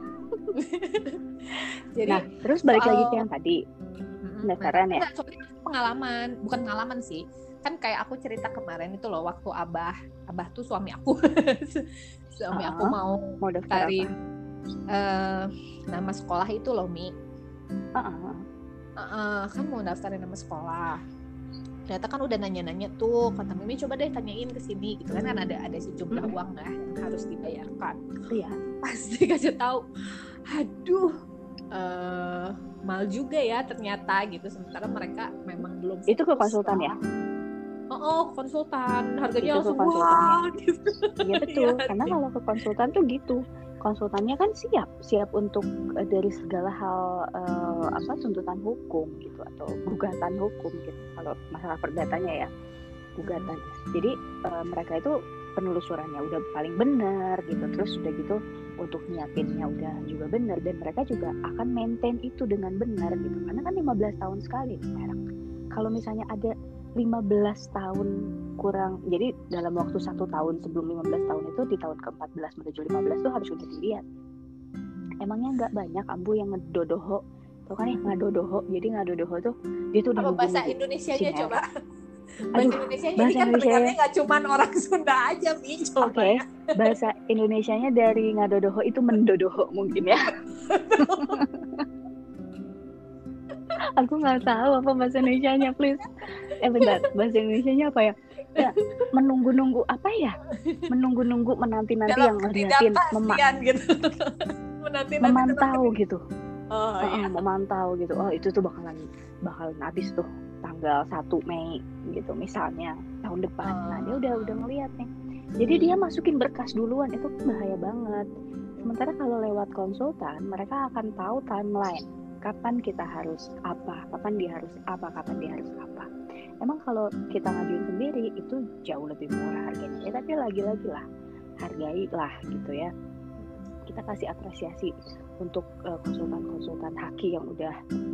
Jadi, nah, terus balik soal, lagi ke yang tadi. Pendaftaran ya. Pengalaman, bukan pengalaman sih. Kan kayak aku cerita kemarin itu loh, waktu Abah, Abah tuh suami aku. suami uh, aku mau mau daftarin uh, nama sekolah itu loh, Mi. Uh-uh. Uh-uh, kan mau daftarin nama sekolah. Ternyata kan udah nanya-nanya tuh, kata Mimi coba deh tanyain ke sini gitu kan, kan ada ada sejumlah mm-hmm. uang lah yang harus dibayarkan. Iya. Pasti kasih tahu, aduh, uh, mahal juga ya ternyata gitu. Sementara mereka memang belum. Itu ke konsultan ya? Oh, oh konsultan, harganya langsung wah gitu. Iya betul, ya, karena kalau ke konsultan tuh gitu. Konsultannya kan siap, siap untuk uh, dari segala hal uh, apa tuntutan hukum gitu atau gugatan hukum gitu. Kalau masalah perdatanya ya, gugatan. Jadi uh, mereka itu penelusurannya udah paling benar gitu. Terus udah gitu untuk nyiapinnya udah juga benar dan mereka juga akan maintain itu dengan benar gitu. Karena kan lima belas tahun sekali merek. Kalau misalnya ada lima belas tahun kurang, jadi dalam waktu satu tahun sebelum lima belas tahun itu di tahun ke empat belas menuju lima belas tuh harus udah dilihat. Emangnya nggak banyak ambu yang ngedodoho, tuh kan ya ngadodoho. Jadi ngadodoho tuh dia tuh udah apa bahasa Indonesianya si coba? Bahasa Indonesia jadi kan pendengarnya nggak cuma orang Sunda aja, Mi. Coba. Oke, okay. Bahasa Indonesianya dari ngadodoho itu mendodoho mungkin ya. Aku nggak tahu apa bahasa Indonesianya, please. Eh bentar, bahasa Indonesianya apa ya? Ya menunggu-nunggu apa ya? Menunggu-nunggu menanti-nanti yang ngeliatin, mema- gitu. menanti-nanti memantau tenang. Gitu. Oh, uh, iya. Memantau gitu. Oh itu tuh bakalan bakalan habis tuh tanggal satu Mei gitu misalnya tahun depan. Oh. Nah dia udah udah ngeliat nih. Jadi dia masukin berkas duluan, itu bahaya banget. Sementara kalau lewat konsultan mereka akan tahu timeline. Kapan kita harus apa, kapan dia harus apa, kapan dia harus apa. Emang kalau kita ngajuin sendiri itu jauh lebih murah harganya. Ya tapi lagi-lagi lah, hargai lah gitu ya. Kita kasih apresiasi untuk uh, konsultan-konsultan haki yang udah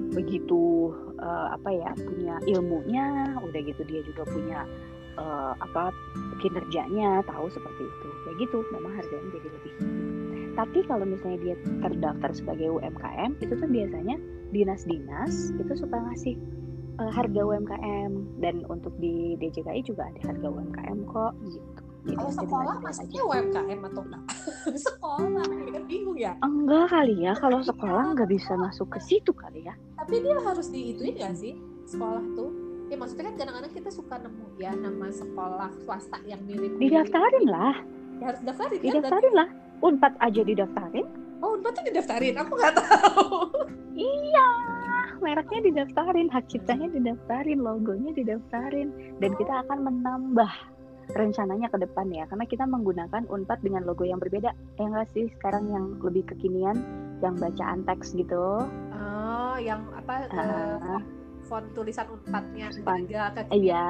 begitu uh, apa ya punya ilmunya, udah gitu dia juga punya uh, apa kinerjanya, tahu seperti itu. Kayak gitu, memang harganya jadi lebih. Tapi kalau misalnya dia terdaftar sebagai U M K M, itu tuh biasanya dinas-dinas itu suka ngasih uh, harga U M K M, dan untuk di D J K I juga ada harga U M K M kok gitu. Jadi kalau sekolah maksudnya U M K M atau enggak? Sekolah, kan bingung ya? Enggak kali ya, kalau sekolah nggak bisa masuk ke situ kali ya. Tapi dia harus diituin nggak sih sekolah tuh? Ya maksudnya kan kadang-kadang kita suka nemu ya nama sekolah swasta yang mirip. Didaftarin lah. Ya harus daftarin. Didaftarin kan? lah. Unpad aja didaftarin. Oh, Unpadnya didaftarin? Aku nggak tahu. Iya, mereknya didaftarin, hak ciptanya didaftarin, logonya didaftarin, dan kita akan menambah rencananya ke depan ya, karena kita menggunakan Unpad dengan logo yang berbeda. Ya nggak sih, sekarang yang lebih kekinian, yang bacaan teks gitu. Oh, yang apa? Uh, uh, font tulisan Unpadnya bangga kekinian. Iya,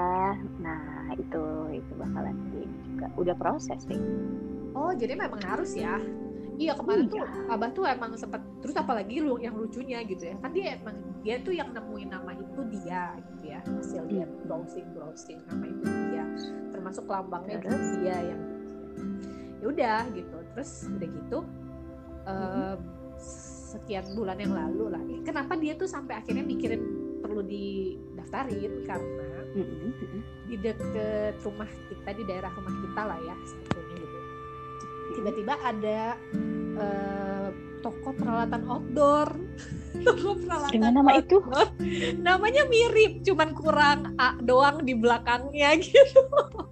nah itu itu bakalan juga udah proses sih. Oh, jadi memang harus ya. Iya, kemarin iya. tuh Abah tuh emang sempat, terus apalagi lu yang lucunya gitu ya. Kan dia emang dia tuh yang nemuin nama itu dia gitu ya. Hasil dia browsing-browsing nama itu dia. Termasuk lambangnya juga dia yang ya udah gitu. Terus udah gitu um, sekian bulan yang lalu lah. Kenapa dia tuh sampai akhirnya mikirin perlu didaftarin, karena di deket rumah kita, di daerah rumah kita lah ya sebetulnya gitu. Tiba-tiba ada uh, toko peralatan outdoor Toko peralatan Dengan nama itu? outdoor. Namanya mirip, cuman kurang A doang di belakangnya gitu.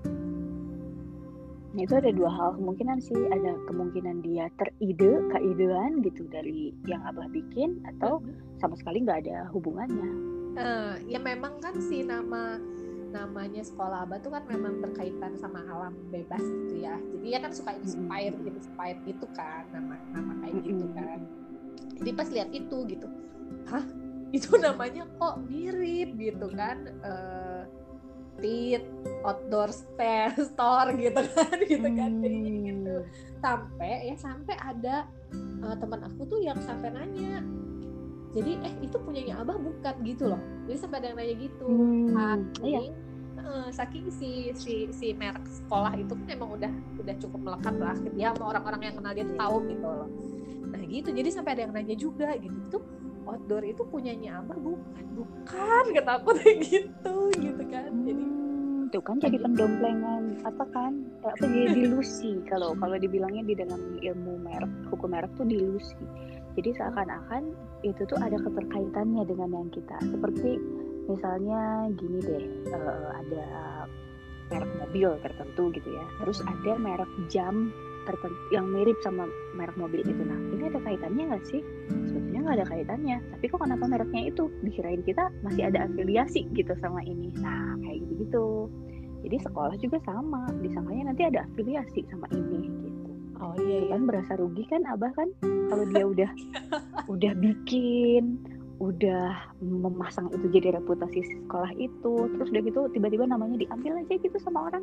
Nah, itu ada dua hal kemungkinan sih. Ada kemungkinan dia teride, keidean gitu dari yang Abah bikin, atau sama sekali nggak ada hubungannya. Uh, ya memang kan si nama namanya sekolah Abah tuh kan memang berkaitan sama alam bebas gitu ya. Jadi ya kan suka inspired gitu, inspired gitu kan, nama nama kayak gitu kan. Jadi pas lihat itu gitu, hah itu namanya kok mirip gitu kan. Uh, Tit, outdoor store gitu kan, gitu kan, jadi gitu. Sampai ya sampai ada uh, teman aku tuh yang sampai nanya, jadi eh itu punyanya Abah bukan gitu loh. Jadi sampai ada yang nanya gitu. Hmm, saking, iya. uh, saking si si si merek sekolah itu kan emang udah udah cukup melekat lah. Dia sama orang-orang yang kenal dia tuh tahu gitu loh. Nah gitu, jadi sampai ada yang nanya juga gitu. Tuh outdoor itu punyanya Abah bukan, bukan kata aku kayak gitu gitu kan. Jadi hmm, tuh kan jadi pendomplengan apa kan? Apa jadi dilusi kalau kalau dibilangnya di dalam ilmu merek, hukum merek tuh dilusi. Jadi seakan-akan itu tuh ada keterkaitannya dengan yang kita. Seperti misalnya gini deh, uh, ada merek mobil tertentu gitu ya. Terus ada merek jam tertentu yang mirip sama merek mobil itu. Nah, ini ada kaitannya nggak sih? Sebetulnya nggak ada kaitannya. Tapi kok kenapa mereknya itu? Dikirain kita masih ada afiliasi gitu sama ini. Nah, kayak gitu-gitu. Jadi sekolah juga sama. Disangkanya nanti ada afiliasi sama ini gitu. Oh iya, iya. Kan berasa rugi kan Abah kan kalau dia udah udah bikin, udah memasang itu jadi reputasi sekolah itu, terus udah gitu tiba-tiba namanya diambil aja gitu sama orang.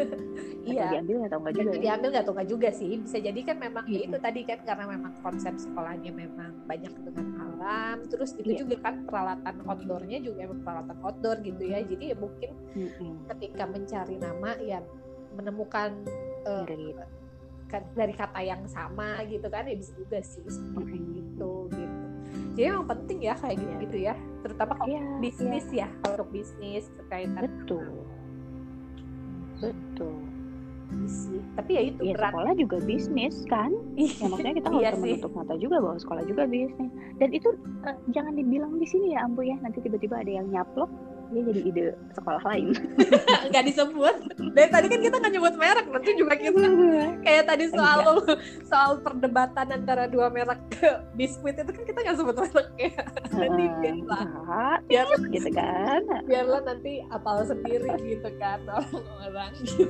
Iya. Diambil nggak tahu nggak juga. Ya? Diambil nggak tahu nggak juga sih. Bisa jadi kan memang iya. Itu tadi kan karena memang konsep sekolahnya memang banyak dengan alam, terus itu iya. Juga kan peralatan outdoornya juga peralatan outdoor gitu ya. Jadi ya mungkin mm-hmm. ketika mencari nama ya menemukan uh, dari kata yang sama gitu kan ya bisa juga sih seperti mm-hmm. itu gitu. Jadi memang penting ya kayak gitu gitu ya, terutama kalau yeah, bisnis yeah. ya, kalau bisnis terkait betul, betul. Bisnis. Tapi ya itu ya, berat. Sekolah juga bisnis kan? Ya maksudnya kita harus iya menutup mata juga bahwa sekolah juga bisnis. Dan itu uh, jangan dibilang di sini ya Ambu ya, nanti tiba-tiba ada yang nyaplok dia jadi ide sekolah lain. Nggak disebut. Dari tadi kan kita nggak nyebut merek, nanti juga kita kayak tadi soal Enggak. soal perdebatan antara dua merek biskuit itu kan kita nggak sebut mereknya. Nanti biarlah, biar gitu kan. Biarlah nanti apal sendiri gitu kan orang-orang gitu.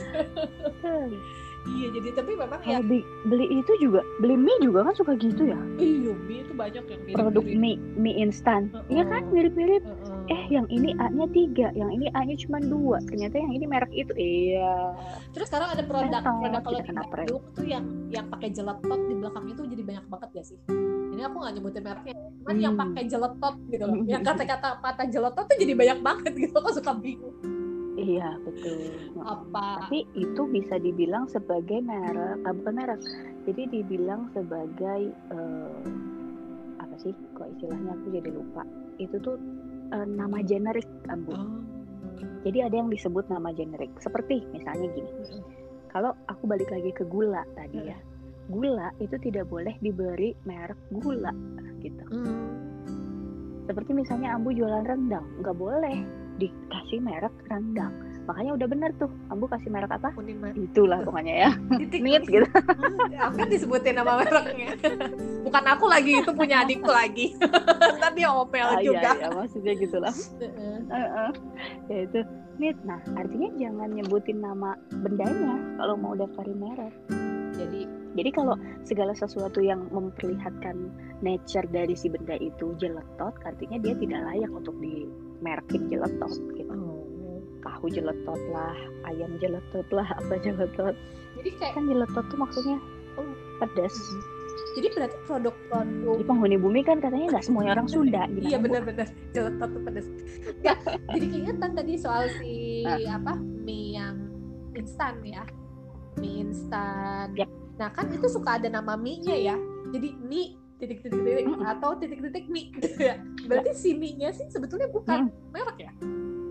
Iya, jadi tapi memang kalau ya beli, beli itu juga, beli mie juga kan suka gitu ya. Iya, mie itu banyak yang mirip-mirip. Produk mie, mie instan. Iya uh-uh. kan, mirip-mirip. Uh-uh. Eh, yang ini A-nya tiga, yang ini A-nya cuma dua. Ternyata yang ini merek itu. Iya. Terus sekarang ada produk, produk kalau di Bandung tuh yang yang pakai jeletot di belakangnya tuh jadi banyak banget ya sih. Ini aku nggak nyebutin mereknya, cuman hmm. yang pakai jeletot gitu loh. Yang kata-kata kata jeletot tuh jadi banyak banget gitu. Aku suka bingung. Iya betul. Apa? Tapi itu bisa dibilang sebagai merek, ah, bukan merek. Jadi dibilang sebagai uh, apa sih? Kok istilahnya aku jadi lupa. Itu tuh uh, nama generik, Ambu. Oh. Jadi ada yang disebut nama generik. Seperti misalnya gini. Mm-hmm. Kalau aku balik lagi ke gula tadi mm-hmm. ya, gula itu tidak boleh diberi merek gula, gitu. Mm-hmm. Seperti misalnya Ambu jualan rendang, nggak boleh dikasih merek rendang. Makanya udah bener tuh, Ambu kasih merek apa? Unima. Itulah pokoknya ya. Mit gitu. Aku kan disebutin nama mereknya. Bukan aku lagi, itu punya adikku lagi. Tadi omel ah, juga. Iya, iya, maksudnya gitulah. uh-uh. Ya itu Mit. Nah, artinya jangan nyebutin nama bendanya kalau mau daftarin merek. Jadi Jadi kalau segala sesuatu yang memperlihatkan nature dari si benda itu jeletot, artinya dia tidak layak untuk dimerkin jeletot gitu. Oh. Tahu jeletot lah, ayam jeletot lah, apa jeletot. Jadi kayak kan jeletot tuh maksudnya oh, pedas. Mm-hmm. Jadi berarti produk-produk di penghuni bumi kan katanya nggak semuanya orang Sunda. Iya benar-benar jeletot tuh pedas. Ya, jadi keingetan tadi soal si nah. apa mie yang instan ya, mie instan. Yep. Nah kan itu suka ada nama mie-nya ya. Jadi mie titik-titik-titik mm. atau titik-titik mie gitu ya. Berarti si mie-nya sih sebetulnya bukan mm. merek ya.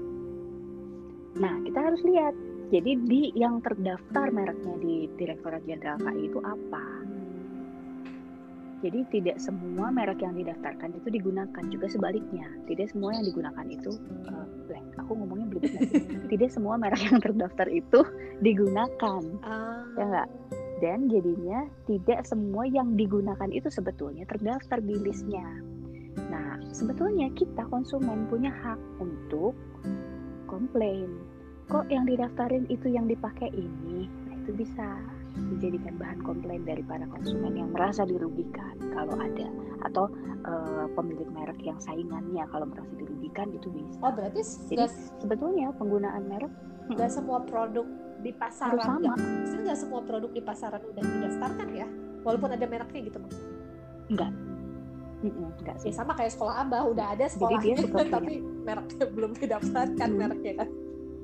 Nah kita harus lihat. Jadi di yang terdaftar mereknya di Direktorat Jenderal K I itu apa? Jadi tidak semua merek yang didaftarkan itu digunakan, juga sebaliknya. Tidak semua yang digunakan itu, uh, blank. Aku ngomongnya belibet nggak sih? Tidak semua merek yang terdaftar itu digunakan, Ah. ya nggak? Dan jadinya tidak semua yang digunakan itu sebetulnya terdaftar di listnya. Nah, sebetulnya kita konsumen punya hak untuk komplain. Kok yang didaftarin itu yang dipakai ini? Nah, itu bisa dijadikan bahan komplain dari para konsumen yang merasa dirugikan kalau ada, atau uh, pemilik merek yang saingannya kalau merasa dirugikan itu bisa. Oh, berarti jadi gas, sebetulnya penggunaan merek nggak hmm. semua produk di pasaran harus sama. Nggak semua produk di pasaran udah didaftarkan ya, walaupun ada mereknya gitu maksudnya? Enggak. Enggak sih. Ya, sama kayak sekolah Abah udah ada sekolahnya tapi mereknya belum didaftarkan hmm. mereknya kan.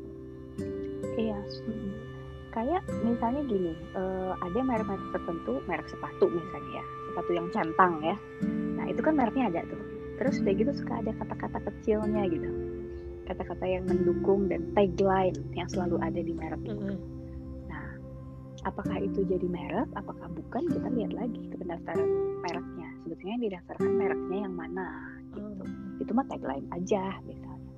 Iya. Hmm. Kayak misalnya gini, uh, ada merek-merek tertentu, merek sepatu misalnya ya, sepatu yang centang ya. Nah itu kan mereknya ada tuh. Terus udah gitu suka ada kata-kata kecilnya gitu, kata-kata yang mendukung dan tagline yang selalu ada di merek itu. Mm-hmm. Nah, apakah itu jadi merek? Apakah bukan? Kita lihat lagi ke pendaftaran mereknya. Sebetulnya yang didaftarkan mereknya yang mana? Gitu. Mm. Itu mah tagline aja misalnya.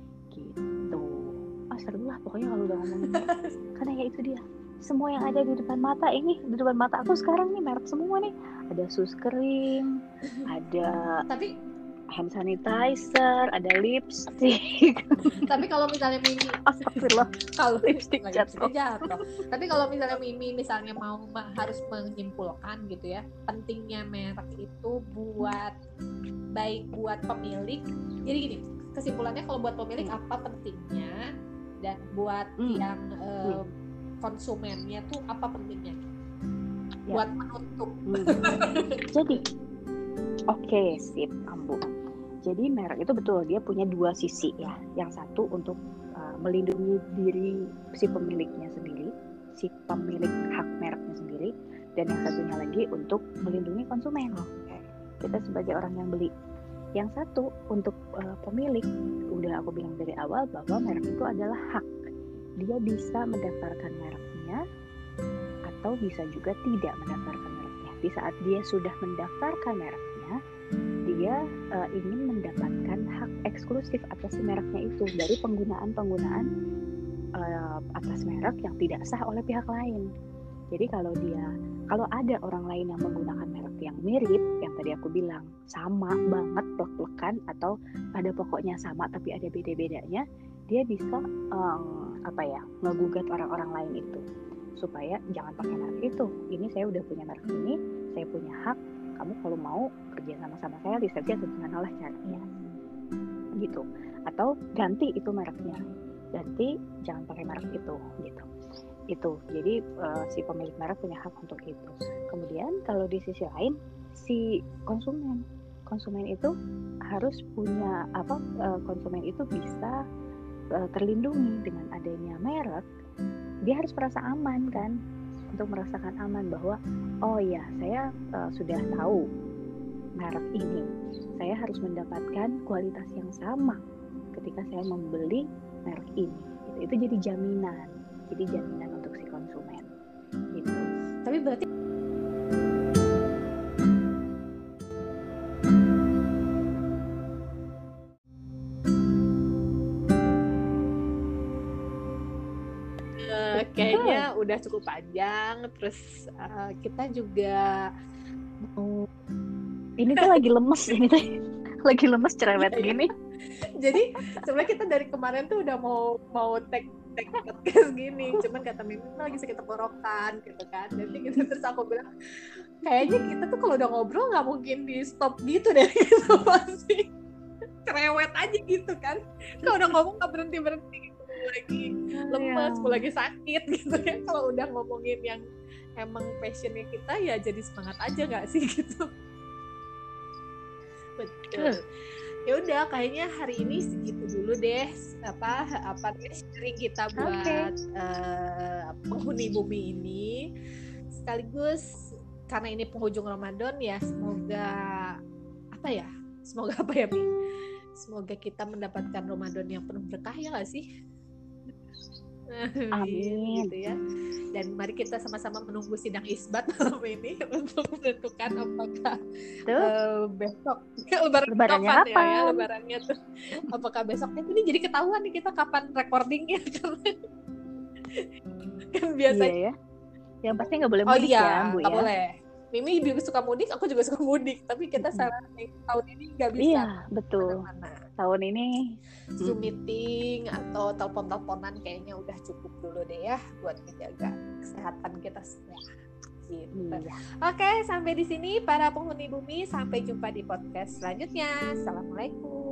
Gitu. Ah, seru lah pokoknya kalau udah ngomongin karena ya itu dia, semua yang ada di depan mata ini, di depan mata aku sekarang nih merek semua nih. Ada sus kering, ada tapi hand sanitizer, ada lipstick. Tapi kalau misalnya Mimi, astagfirullah, kalau lipstick jatuh. jatuh. Tapi kalau misalnya Mimi misalnya mau ma- harus menyimpulkan gitu ya, pentingnya merek itu buat baik buat pemilik. Jadi gini, kesimpulannya kalau buat pemilik hmm. apa pentingnya, dan buat hmm. yang uh, hmm. konsumennya tuh apa pentingnya ya. Buat menutup. Hmm. Jadi, oke okay, sip, Ambu. Jadi merek itu betul dia punya dua sisi ya. Yang satu untuk uh, melindungi diri si pemiliknya sendiri, si pemilik hak mereknya sendiri, dan yang satunya lagi untuk melindungi konsumen. Okay. Kita sebagai orang yang beli. Yang satu untuk uh, pemilik, udah aku bilang dari awal bahwa merek itu adalah hak. Dia bisa mendaftarkan mereknya atau bisa juga tidak mendaftarkan mereknya. Di saat dia sudah mendaftarkan mereknya, dia uh, ingin mendapatkan hak eksklusif atas mereknya itu dari penggunaan-penggunaan uh, atas merek yang tidak sah oleh pihak lain. Jadi kalau dia, kalau ada orang lain yang menggunakan merek yang mirip, yang tadi aku bilang sama banget plek-plekan atau pada pokoknya sama tapi ada beda-bedanya, dia bisa um, apa ya, ngegugat orang-orang lain itu supaya jangan pakai merek itu. Ini saya udah punya merek ini, saya punya hak. Kamu kalau mau kerja sama-sama saya, riset aja gimana lah caranya, gitu. Atau ganti itu mereknya, ganti jangan pakai merek itu, gitu. Itu jadi uh, si pemilik merek punya hak untuk itu. Kemudian kalau di sisi lain si konsumen konsumen itu harus punya apa, uh, konsumen itu bisa uh, terlindungi dengan adanya merek. Dia harus merasa aman kan, untuk merasakan aman bahwa oh ya saya uh, sudah tahu merek ini, saya harus mendapatkan kualitas yang sama ketika saya membeli merek ini. Itu, itu jadi jaminan. Jadi jaminan untuk si konsumen gitu. Tapi berarti uh, kayaknya oh. udah cukup panjang. Terus uh, kita juga mau ini tuh lagi lemes ini tuh lagi lemes cerewet gini. Jadi sebenarnya kita dari kemarin tuh udah mau mau tag tag podcast gini, cuman kata Mimi lagi sakit tenggorokan gitu kan. Jadi gitu, terus aku bilang kayaknya kita tuh kalau udah ngobrol nggak mungkin di stop gitu deh, gitu pasti cerewet aja gitu kan. Kalau udah ngomong nggak berhenti berhenti gitu, lagi lemes, mau lagi sakit gitu ya. Kalau udah ngomongin yang emang passionnya kita ya jadi semangat aja nggak sih gitu. Betul. Ya udah kayaknya hari ini segitu dulu deh, apa apa sharing kita buat okay. uh, penghuni bumi ini, sekaligus karena ini penghujung Ramadan ya, semoga apa ya semoga apa ya Mi? Semoga kita mendapatkan Ramadan yang penuh berkah ya nggak sih? Amin. Gitu ya. Dan mari kita sama-sama menunggu sidang isbat malam ini untuk menentukan apakah uh, besok lebaran lebarannya kapan, kapan? Ya, ya lebarannya tuh apakah besoknya ini jadi ketahuan nih kita kapan recordingnya karena kan biasanya iya ya. Yang pasti nggak boleh oh mudik iya, ya, Bu nggak ya. boleh. Mimi juga suka mudik, aku juga suka mudik, tapi kita Mm-hmm. salah tahun ini nggak bisa. Iya betul. Mana-mana. Tahun ini Zoom meeting atau telepon-teleponan kayaknya udah cukup dulu deh ya buat menjaga kesehatan kita semua. Gitu. Iya. Oke, sampai di sini para penghuni bumi. Sampai jumpa di podcast selanjutnya. Assalamualaikum.